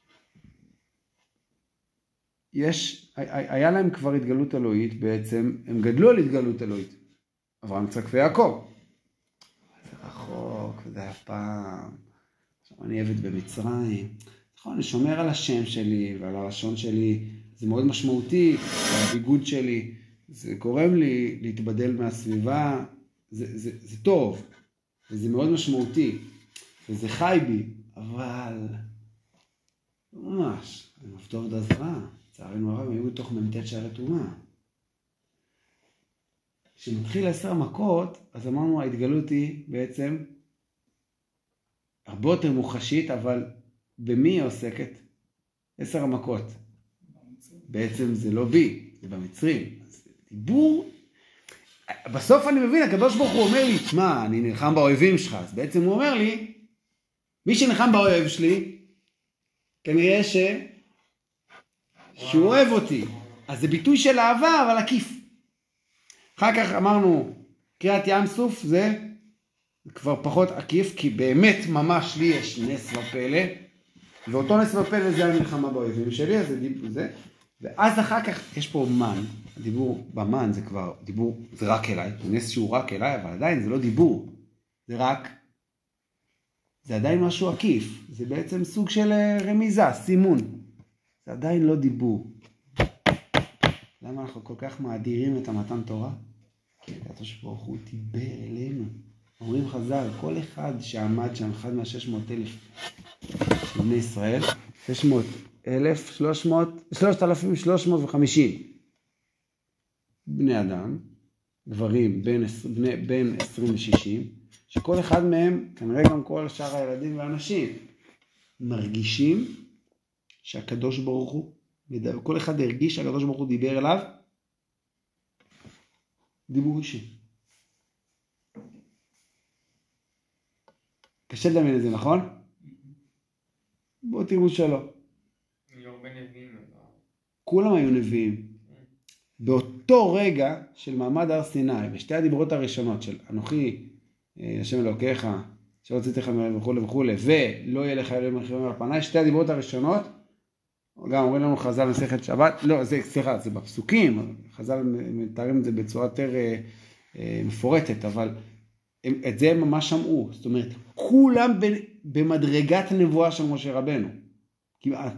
יש, היה להם כבר התגלות אלוהית בעצם, הם גדלו על התגלות אלוהית. אברהם, יצחק ויעקב. זה רחוק, וזה היה פעם. עכשיו אני עבד במצרים. נכון, אני שומר על השם שלי ועל הלשון שלי. זה מאוד משמעותי, על הביגוד שלי. זה גורם לי להתבדל מהסביבה. זה, זה, זה טוב. וזה מאוד משמעותי. וזה חי בי. אבל לא ממש. אני מפתור את הזרעה. צערנו הרב, הם היו בתוך ממתת שערי טומאה. כשמתחיל עשר מכות, אז אמרנו, ההתגלות היא בעצם הרבה יותר מוחשית, אבל במי היא עוסקת? עשר המכות. בעצם זה לא בי, זה במצרים. אז דיבור, בסוף אני מבין, הקדוש ברוך הוא אומר לי, תשמע, אני נלחם באויבים שלך, אז בעצם הוא אומר לי, מי שנלחם באויב שלי, כנראה ש... שהוא אוהב אותי. אז זה ביטוי של אהבה, אבל עקיף. אחר כך אמרנו, קריאת ים סוף זה כבר פחות עקיף, כי באמת ממש לי יש נס ופלא, ואותו נס ופלא זה המלחמה באויבים שלי, אז זה דיבור זה. ואז אחר כך יש פה מן, הדיבור במן זה כבר דיבור, זה רק אליי, זה נס שהוא רק אליי, אבל עדיין זה לא דיבור, זה רק, זה עדיין משהו עקיף, זה בעצם סוג של רמיזה, סימון, זה עדיין לא דיבור. למה אנחנו כל כך מאדירים את המתן תורה? כי הקדוש ברוך הוא דיבר אלינו. אומרים חז"ל, כל אחד שעמד שם, אחד מה-שש מאות אלף של בני ישראל, שש מאות אלף, שלושת אלפים שלוש מאות וחמישים בני אדם, גברים בין, בני, בין עשרים ל-שישים, שכל אחד מהם, כנראה גם כל שאר הילדים והאנשים, מרגישים שהקדוש ברוך הוא, כל אחד הרגיש שהקדוש ברוך הוא דיבר אליו, דיבור אישי. קשה לדמיין את זה, נכון? בואו תראו שלא. כולם היו נביאים. באותו רגע של מעמד הר סיני, בשתי הדיברות הראשונות של אנוכי, השם אלוקיך, שרציתי לך וכו' וכו', ולא יהיה לך אלוהים אחרים על פניי, שתי הדיברות הראשונות, גם אומרים לנו חז"ל מסכת שבת, לא, זה, סליחה, זה בפסוקים, חז"ל מתארים את זה בצורה יותר אה, אה, מפורטת, אבל הם, את זה הם ממש שמעו, זאת אומרת, כולם במדרגת הנבואה של משה רבנו, כמעט.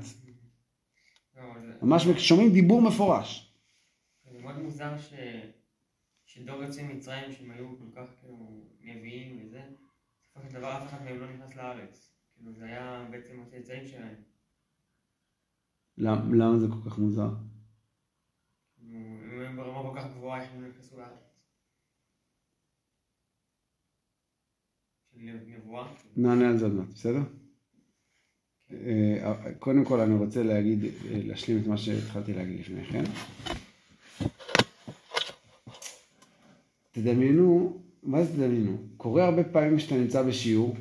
ממש שומעים דיבור מפורש. זה מאוד מוזר ש... שדור יוצאים מצרים שהם היו כל כך כאילו נביאים וזה, בסופו של דבר אף אחד מהם לא נכנס לארץ. כאילו זה היה בעצם הצאצאים שלהם. למה, למה זה כל כך מוזר? אם הם ברמה כל כך גבוהה, איך הם נכנסו לארץ? של נבואה? נענה על זה עוד מעט, בסדר? קודם כל אני רוצה להגיד, להשלים את מה שהתחלתי להגיד לפני כן. תדמיינו, מה זה תדמיינו? קורה הרבה פעמים שאתה נמצא בשיעור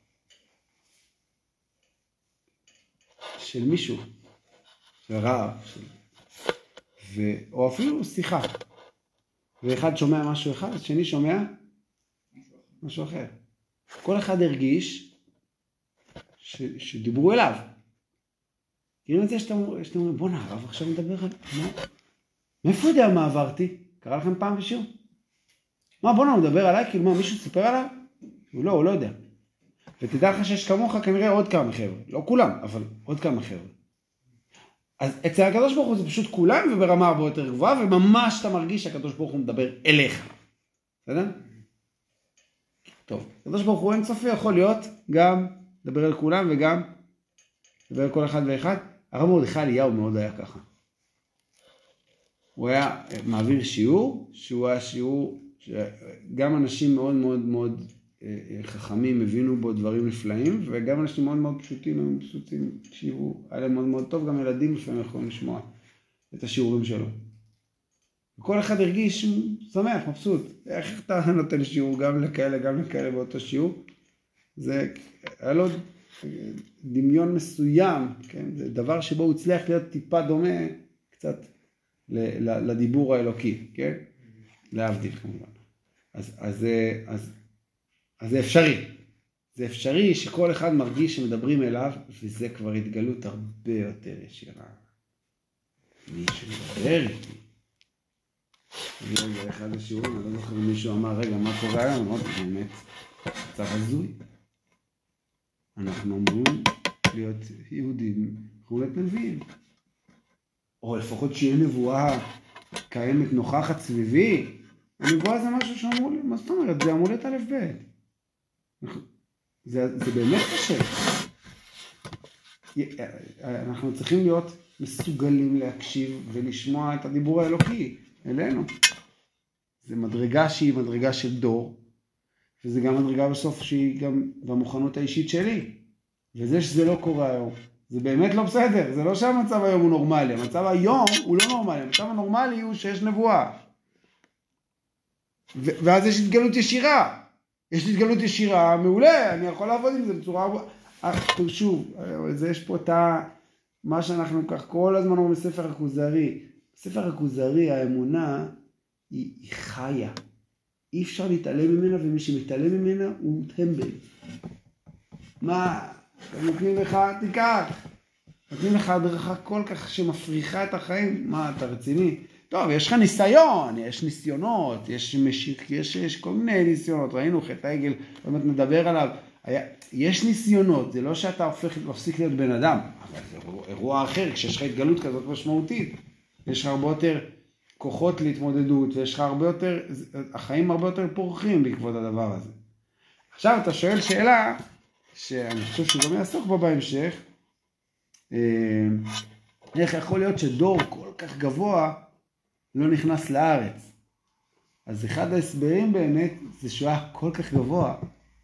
של מישהו, של רב, של... ו... או אפילו שיחה. ואחד שומע משהו אחד, השני שומע משהו אחר. כל אחד הרגיש ש... שדיברו אליו. כאילו את זה שאתה אומר, בוא נערב, עכשיו נדבר על... מה? מאיפה יודע מה עברתי? קרה לכם פעם בשיעור? מה, בוא נדבר עליי? כאילו מה, מישהו סיפר עליו? הוא לא, הוא לא יודע. ותדע לך שיש כמוך כנראה עוד כמה חבר'ה. לא כולם, אבל עוד כמה חבר'ה. אז אצל הקדוש ברוך הוא זה פשוט כולם וברמה הרבה יותר גבוהה, וממש אתה מרגיש שהקדוש ברוך הוא מדבר אליך. בסדר? טוב, הקדוש ברוך הוא אין סופי יכול להיות גם לדבר על כולם וגם לדבר על כל אחד ואחד. הרב מרדכי אליהו מאוד היה ככה. הוא היה מעביר שיעור, שהוא היה שיעור שגם אנשים מאוד מאוד מאוד חכמים הבינו בו דברים נפלאים, וגם אנשים מאוד מאוד פשוטים הם פשוטים, שיעור, היה להם מאוד מאוד טוב, גם ילדים לפעמים יכולים לשמוע את השיעורים שלו. וכל אחד הרגיש שמח, מבסוט. איך אתה נותן שיעור גם לכאלה, גם לכאלה באותו שיעור? זה היה לו דמיון מסוים, כן? זה דבר שבו הוא הצליח להיות טיפה דומה קצת לדיבור האלוקי, כן? להבדיל כמובן. אז, אז, אז, אז זה אפשרי. זה אפשרי שכל אחד מרגיש שמדברים אליו, וזה כבר התגלות הרבה יותר ישירה. מי שמדבר איתי. רגע, אחד השיעורים, אני לא זוכר אם מישהו אמר, רגע, מה קורה היום? אמרתי, באמת, קצת הזוי. אנחנו אמורים להיות יהודים, אנחנו להיות נביאים. או לפחות שיהיה נבואה קיימת נוכחת סביבי. הנבואה זה משהו שאמרו לי, מה זאת אומרת? זה אמור להיות א' ב'. זה, זה באמת קשה. אנחנו צריכים להיות מסוגלים להקשיב ולשמוע את הדיבור האלוקי אלינו. זה מדרגה שהיא מדרגה של דור, וזה גם מדרגה בסוף שהיא גם במוכנות האישית שלי. וזה שזה לא קורה היום, זה באמת לא בסדר. זה לא שהמצב היום הוא נורמלי. המצב היום הוא לא נורמלי. המצב הנורמלי הוא שיש נבואה. ו- ואז יש התגלות ישירה. יש התגלות ישירה, מעולה, אני יכול לעבוד עם זה בצורה... טוב, שוב, זה יש פה את ה... מה שאנחנו כך כל הזמן אומרים בספר הכוזרי. בספר הכוזרי, האמונה היא, היא חיה. אי אפשר להתעלם ממנה, ומי שמתעלם ממנה הוא טמבל. מה? נותנים לך, תיקח. נותנים לך הדרכה כל כך שמפריחה את החיים. מה, אתה רציני? טוב, יש לך ניסיון, יש ניסיונות, יש משיך, יש, יש כל מיני ניסיונות. ראינו חטא העגל, באמת נדבר עליו. היה, יש ניסיונות, זה לא שאתה הופך, מפסיק להיות בן אדם, אבל זה אירוע אחר, כשיש לך התגלות כזאת משמעותית. יש לך הרבה יותר כוחות להתמודדות, ויש לך הרבה יותר, החיים הרבה יותר פורחים בעקבות הדבר הזה. עכשיו אתה שואל שאלה, שאני חושב שגם יעסוק בה בהמשך, איך יכול להיות שדור כל כך גבוה לא נכנס לארץ? אז אחד ההסברים באמת זה שהוא היה כל כך גבוה,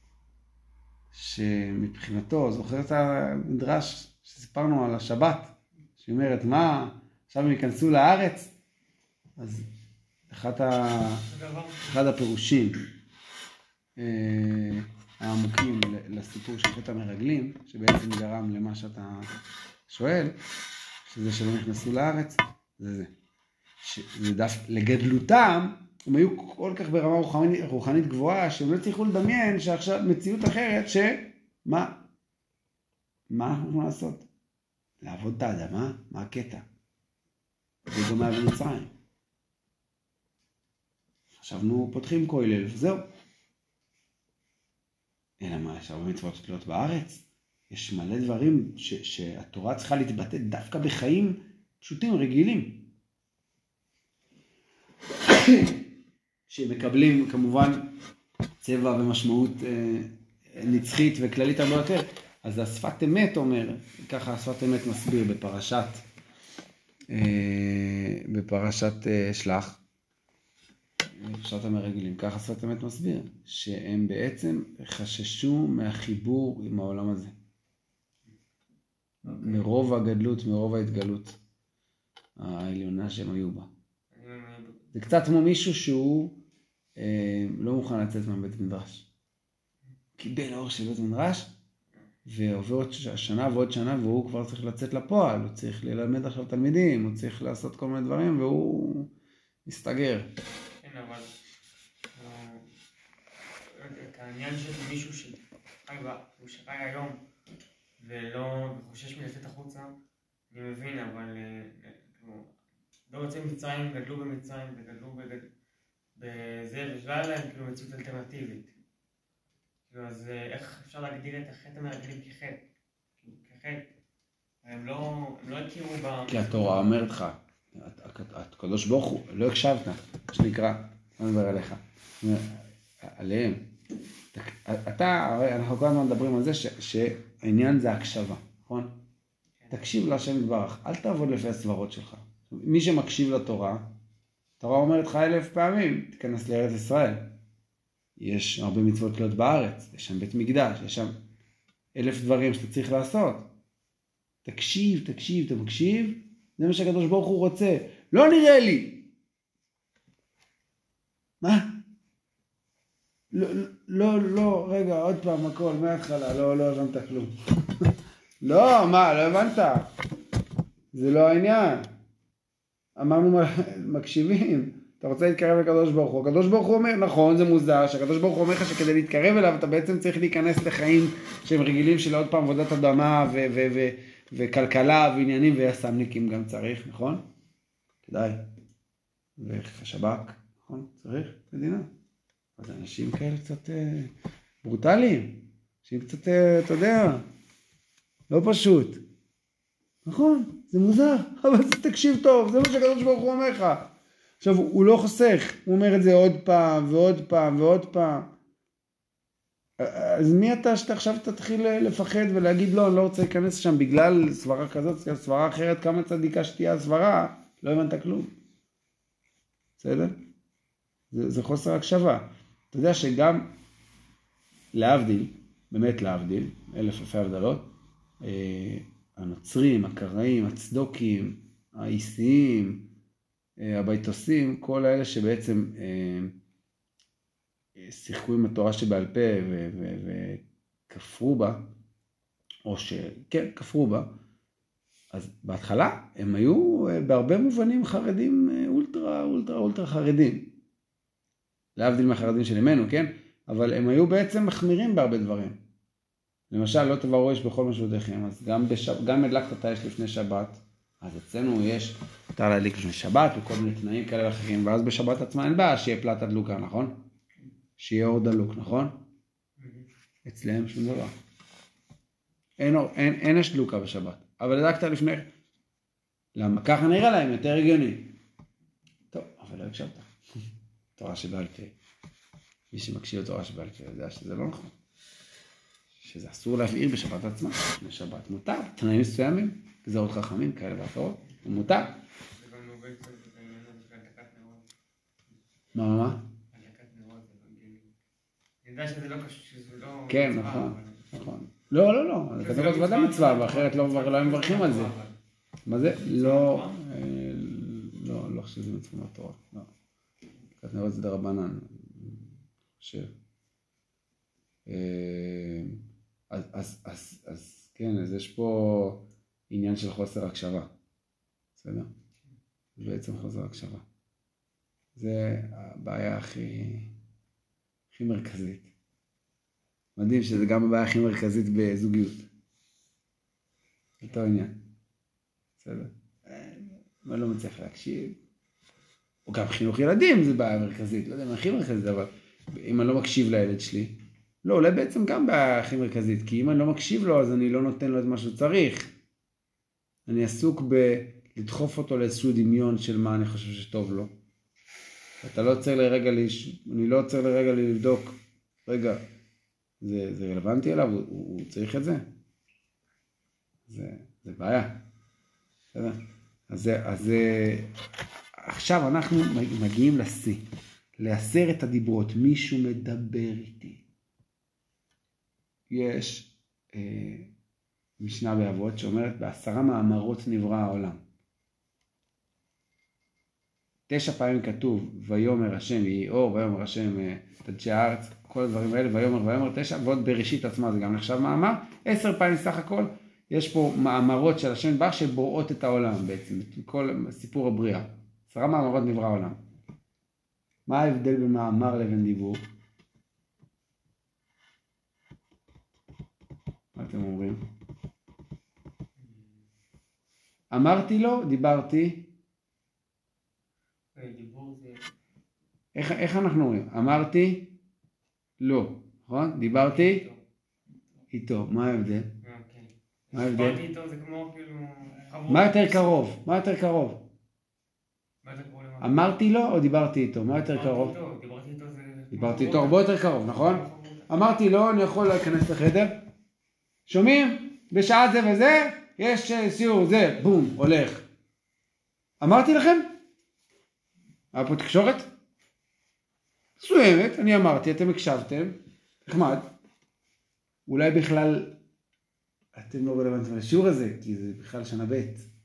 שמבחינתו, זוכר את המדרש שסיפרנו על השבת, שהיא אומרת, מה, עכשיו הם ייכנסו לארץ? אז אחד, ה... אחד הפירושים אה, העמוקים לסיפור של חטא המרגלים, שבעצם גרם למה שאתה שואל, שזה שלא נכנסו לארץ, זה זה. שזה דף, לגדלותם, הם היו כל כך ברמה רוחנית, רוחנית גבוהה, שהם לא צריכו לדמיין שעכשיו מציאות אחרת, שמה? מה אנחנו יכולים לעשות? לעבוד את האדמה? מה הקטע? זה דומה במצרים. חשבנו, פותחים כולל, וזהו. אלא מה, יש הרבה מצוות שתלות בארץ. יש מלא דברים ש- שהתורה צריכה להתבטא דווקא בחיים פשוטים, רגילים. שמקבלים כמובן צבע ומשמעות אה, נצחית וכללית הרבה יותר. אז השפת אמת אומר, ככה השפת אמת מסביר בפרשת, אה, בפרשת אה, שלח, פרשת המרגלים, ככה השפת אמת מסביר, שהם בעצם חששו מהחיבור עם העולם הזה. Okay. מרוב הגדלות, מרוב ההתגלות העליונה שהם היו בה. זה קצת כמו מישהו שהוא אה, לא מוכן לצאת מהבית מדרש. קיבל אור של בית מדרש, ועובר עוד שנה ועוד שנה, והוא כבר צריך לצאת לפועל, הוא צריך ללמד עכשיו תלמידים, הוא צריך לעשות כל מיני דברים, והוא מסתגר. כן, אבל את העניין של מישהו שחי בה, הוא שחי היום, ולא חושש מלצאת החוצה, אני מבין, אבל לא יוצאים מצרים, גדלו במצרים וגדלו בזה, ולא היה להם כאילו מציאות אלטרנטיבית. אז איך אפשר להגדיר את החטא המרגלים כחטא? כחטא. הם לא, הם לא הכירו ב... כי התורה אומרת לך, הקדוש ברוך הוא, לא הקשבת, שנקרא, אני מדבר עליך, עליהם. אתה, אנחנו כל הזמן מדברים על זה שהעניין זה הקשבה, נכון? תקשיב להשם יתברך, אל תעבוד לפי הסברות שלך. מי שמקשיב לתורה, התורה אומרת לך אלף פעמים, תיכנס לארץ ישראל. יש הרבה מצוות תלות בארץ, יש שם בית מקדש, יש שם אלף דברים שאתה צריך לעשות. תקשיב, תקשיב, אתה מקשיב, זה מה שהקדוש ברוך הוא רוצה. לא נראה לי. מה? לא, לא, לא, רגע, עוד פעם הכל, מההתחלה, לא, לא הבנת כלום. לא, מה, לא הבנת. זה לא העניין. אמרנו מקשיבים. אתה רוצה להתקרב לקדוש ברוך הוא. הקדוש ברוך הוא אומר, נכון, זה מוזר, שהקדוש ברוך הוא אומר לך שכדי להתקרב אליו, אתה בעצם צריך להיכנס לחיים שהם רגילים של עוד פעם עבודת אדמה ו- ו- ו- וכלכלה ועניינים ויסמניקים גם צריך, נכון? כדאי. ושב"כ, נכון? צריך מדינה. אז אנשים כאלה קצת אה, ברוטליים, אנשים קצת, אה, אתה יודע, לא פשוט. נכון, זה מוזר, אבל תקשיב טוב, זה מה שהקדוש ברוך הוא אומר לך. עכשיו, הוא לא חוסך, הוא אומר את זה עוד פעם ועוד פעם ועוד פעם. אז מי אתה שאתה עכשיו תתחיל לפחד ולהגיד לא, אני לא רוצה להיכנס שם בגלל סברה כזאת, סברה אחרת, כמה צדיקה שתהיה הסברה, לא הבנת כלום. בסדר? זה, זה חוסר הקשבה. אתה יודע שגם להבדיל, באמת להבדיל, אלף אלפי הבדלות, אה, הנוצרים, הקראים, הצדוקים, האיסיים, הביתוסים, כל האלה שבעצם אה, שיחקו עם התורה שבעל פה וכפרו בה, או שכן, כפרו בה, אז בהתחלה הם היו בהרבה מובנים חרדים אולטרה, אולטרה, אולטרה חרדים. להבדיל מהחרדים של ימינו, כן? אבל הם היו בעצם מחמירים בהרבה דברים. למשל, לא תבערו אש בכל משפטיכם, אז גם, בשב... גם הדלקת את האש לפני שבת, אז אצלנו יש, אתה להדליק לפני שבת וכל מיני תנאים כאלה ואחרים, ואז בשבת עצמה אין בעיה שיהיה פלטה דלוקה, נכון? שיהיה אור דלוק, נכון? אצלם שום דבר. אין, אין, אין אש דלוקה בשבת, אבל הדלקת לפני... למה? ככה נראה להם יותר הגיוני. טוב, אבל לא הקשבת. תורה שבעל פה. מי שמקשיב לתורה שבעל פה יודע שזה לא נכון. שזה אסור להבעיר בשבת עצמה. בשבת מותר, תנאים מסוימים, גזרות חכמים כאלה ואחרות, הוא מותר. זה גם עובד קצת את העניין הזה של הדלקת נרות. מה, מה, מה? הדלקת נרות זה אבנגלי. אני יודע שזה לא קשור, שזה לא... כן, נכון, נכון. לא, לא, לא, הדלקת נרות זה ודאי מצווה, ואחרת לא מברכים על זה. מה זה? לא, לא, לא חושב שזה מצווה מהתורה, לא. הדלקת נרות זה דרבנן, חושב. אז, אז, אז, אז, כן, אז יש פה עניין של חוסר הקשבה. בסדר? זה בעצם חוסר הקשבה. זה הבעיה הכי, הכי מרכזית. מדהים שזה גם הבעיה הכי מרכזית בזוגיות. אותו עניין. בסדר? אני לא מצליח להקשיב. או גם חינוך ילדים זה בעיה מרכזית. לא יודע מה הכי מרכזית, אבל אם אני לא מקשיב לילד שלי, לא, אולי בעצם גם בעיה הכי מרכזית, כי אם אני לא מקשיב לו, אז אני לא נותן לו את מה שהוא צריך. אני עסוק בלדחוף אותו לאיזשהו דמיון של מה אני חושב שטוב לו. אתה לא צריך לרגע, לש... אני לא צריך לרגע לבדוק, רגע, זה, זה רלוונטי אליו, הוא, הוא צריך את זה? זה, זה בעיה. בסדר? אז, זה, אז זה... עכשיו אנחנו מגיעים לשיא, לעשרת הדיברות, מישהו מדבר איתי. יש אה, משנה באבות שאומרת, בעשרה מאמרות נברא העולם. תשע פעמים כתוב, ויאמר השם יהי אור, ויאמר השם תדשי הארץ, כל הדברים האלה, ויאמר ויאמר תשע, ועוד בראשית עצמה זה גם נחשב מאמר, עשר פעמים סך הכל, יש פה מאמרות של השם יתברך שבוראות את העולם בעצם, את כל סיפור הבריאה. עשרה מאמרות נברא העולם. מה ההבדל בין מאמר לבין דיבור? מה אתם אומרים? אמרתי לו, דיברתי. דיבור זה... איך, איך אנחנו אומרים? אמרתי? לא. נכון? דיברתי? איתו. מה ההבדל? מה ההבדל? דיברתי איתו זה כמו כאילו... מה יותר קרוב? מה יותר קרוב? אמרתי לו או דיברתי איתו? מה יותר קרוב? דיברתי איתו זה... דיברתי איתו הרבה יותר קרוב, נכון? אמרתי לו, אני יכול להיכנס לחדר? שומעים? בשעה זה וזה, יש סיור, זה, בום, הולך. אמרתי לכם? היה פה תקשורת? מסוימת, אני אמרתי, אתם הקשבתם, נחמד. אולי בכלל אתם לא רלוונטיים לשיעור הזה, כי זה בכלל שנה ב'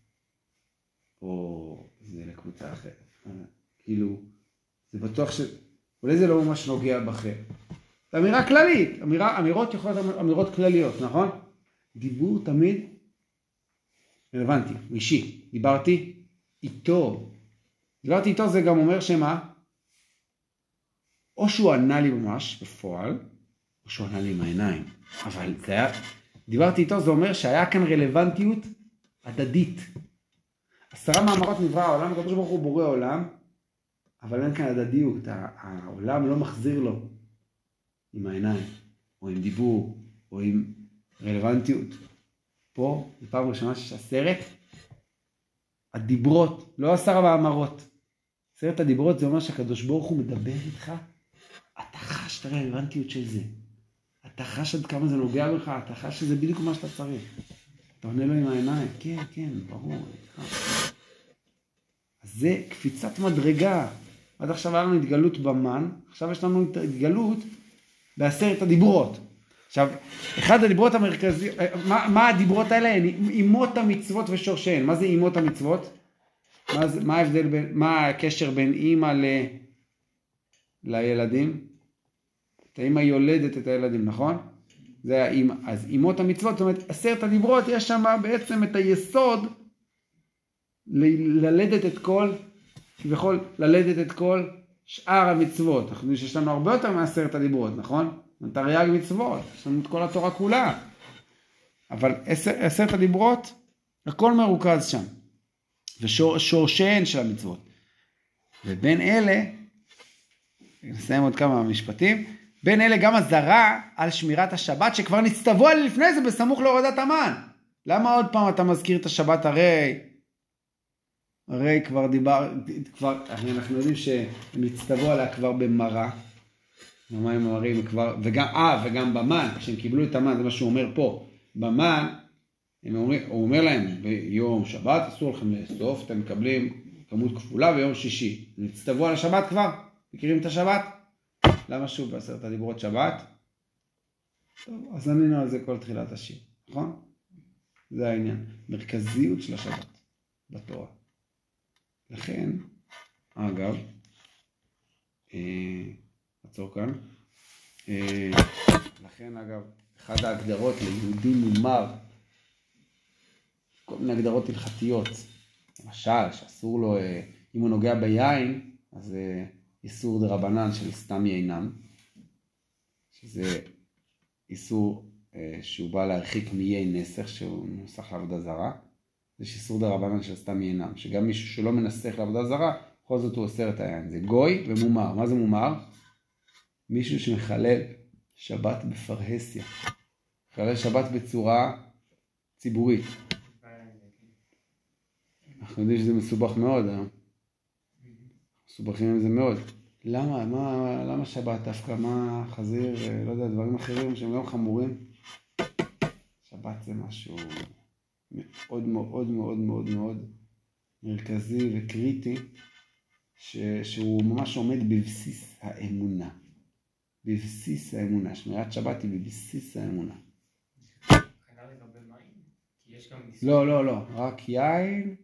או זה לקבוצה אחרת. כאילו, זה בטוח ש... אולי זה לא ממש נוגע בכם. זו אמירה כללית, אמירה, אמירות יכולות להיות אמירות כלליות, נכון? דיבור תמיד רלוונטי, אישי. דיברתי איתו. דיברתי איתו זה גם אומר שמה? או שהוא ענה לי ממש בפועל, או שהוא ענה לי עם העיניים. אבל זה היה... דיברתי איתו זה אומר שהיה כאן רלוונטיות הדדית. עשרה מאמרות נברא העולם, הקדוש ברוך הוא בורא עולם, אבל אין כאן הדדיות. העולם לא מחזיר לו עם העיניים, או עם דיבור, או עם רלוונטיות. פה, בפעם ראשונה שיש עשרת, הדיברות, לא עשר המאמרות. עשרת הדיברות זה אומר שהקדוש ברוך הוא מדבר איתך, אתה חש את הרלוונטיות של זה. אתה חש עד כמה זה נוגע בך, אתה חש שזה בדיוק מה שאתה צריך. אתה עונה לו עם העיניים, כן, כן, ברור. אז זה קפיצת מדרגה. עד עכשיו היה לנו התגלות במן, עכשיו יש לנו התגלות בעשרת הדיברות. עכשיו, אחד הדיברות המרכזיים, מה, מה הדיברות האלה? אימות המצוות ושורשיהן. מה זה אימות המצוות? מה, זה, מה ההבדל בין, מה הקשר בין אימא ל, לילדים? את האמא יולדת את הילדים, נכון? זה האמא. אז אמות המצוות, זאת אומרת, עשרת הדיברות, יש שם בעצם את היסוד ל- ללדת את כל, כביכול ללדת את כל שאר המצוות. אנחנו יודעים שיש לנו הרבה יותר מעשרת הדיברות, נכון? תרי"ג מצוות, יש לנו את כל התורה כולה. אבל עשר, עשרת הדיברות, הכל מרוכז שם. ושורשיהן של המצוות. ובין אלה, נסיים עוד כמה משפטים, בין אלה גם הזרה על שמירת השבת, שכבר נצטוו עליה לפני זה בסמוך להורדת המן. למה עוד פעם אתה מזכיר את השבת? הרי, הרי כבר דיבר, כבר, אנחנו יודעים שהם נצטוו עליה כבר במראה, במים המרים כבר, וגם, אה, וגם במן, כשהם קיבלו את המן, זה מה שהוא אומר פה, במן, הם אומר, הוא אומר להם, ביום שבת אסור לכם לאסוף, אתם מקבלים כמות כפולה ביום שישי. נצטוו על השבת כבר? מכירים את השבת? למה שוב בעשרת הדיברות שבת? טוב, אז ענינו על זה כל תחילת השיר, נכון? זה העניין, מרכזיות של השבת בתורה. לכן, אגב, אה, עצור כאן, אה, לכן אגב, אחד ההגדרות ליהודי מומר, כל מיני הגדרות הלכתיות, למשל, שאסור לו, אם הוא נוגע ביין, אז איסור דרבנן של סתם יינם, שזה איסור שהוא בא להרחיק מיין נסך, שהוא נוסח לעבודה זרה, זה איסור דרבנן של סתם יינם, שגם מישהו שלא מנסח לעבודה זרה, בכל זאת הוא אוסר את היין, זה גוי ומומר. מה זה מומר? מישהו שמחלל שבת בפרהסיה, מחלל שבת בצורה ציבורית. אנחנו יודעים שזה מסובך מאוד, אה? מסובכים עם זה מאוד. למה? מה, למה שבת דווקא? מה חזיר? לא יודע, דברים אחרים שהם גם חמורים. שבת זה משהו מאוד מאוד מאוד מאוד מאוד מרכזי וקריטי, ש, שהוא ממש עומד בבסיס האמונה. בבסיס האמונה. שמירת שבת היא בבסיס האמונה. חייב לגבי מים? כי יש גם... לא, לא, לא. רק יין.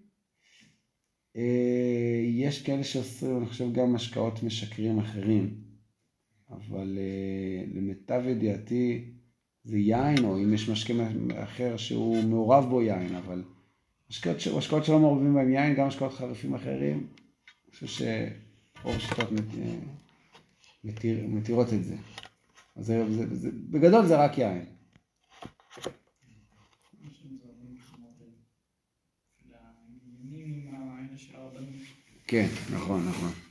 יש כאלה שעושים, אני חושב, גם משקאות משקרים אחרים, אבל למיטב ידיעתי זה יין, או אם יש משקה אחר שהוא מעורב בו יין, אבל משקאות, משקאות שלא מעורבים בהם יין, גם משקאות חריפים אחרים, אני חושב שרוב שיטות מתיר, מתירות את זה. אז זה, זה, זה, בגדול זה רק יין. כן, נכון, נכון.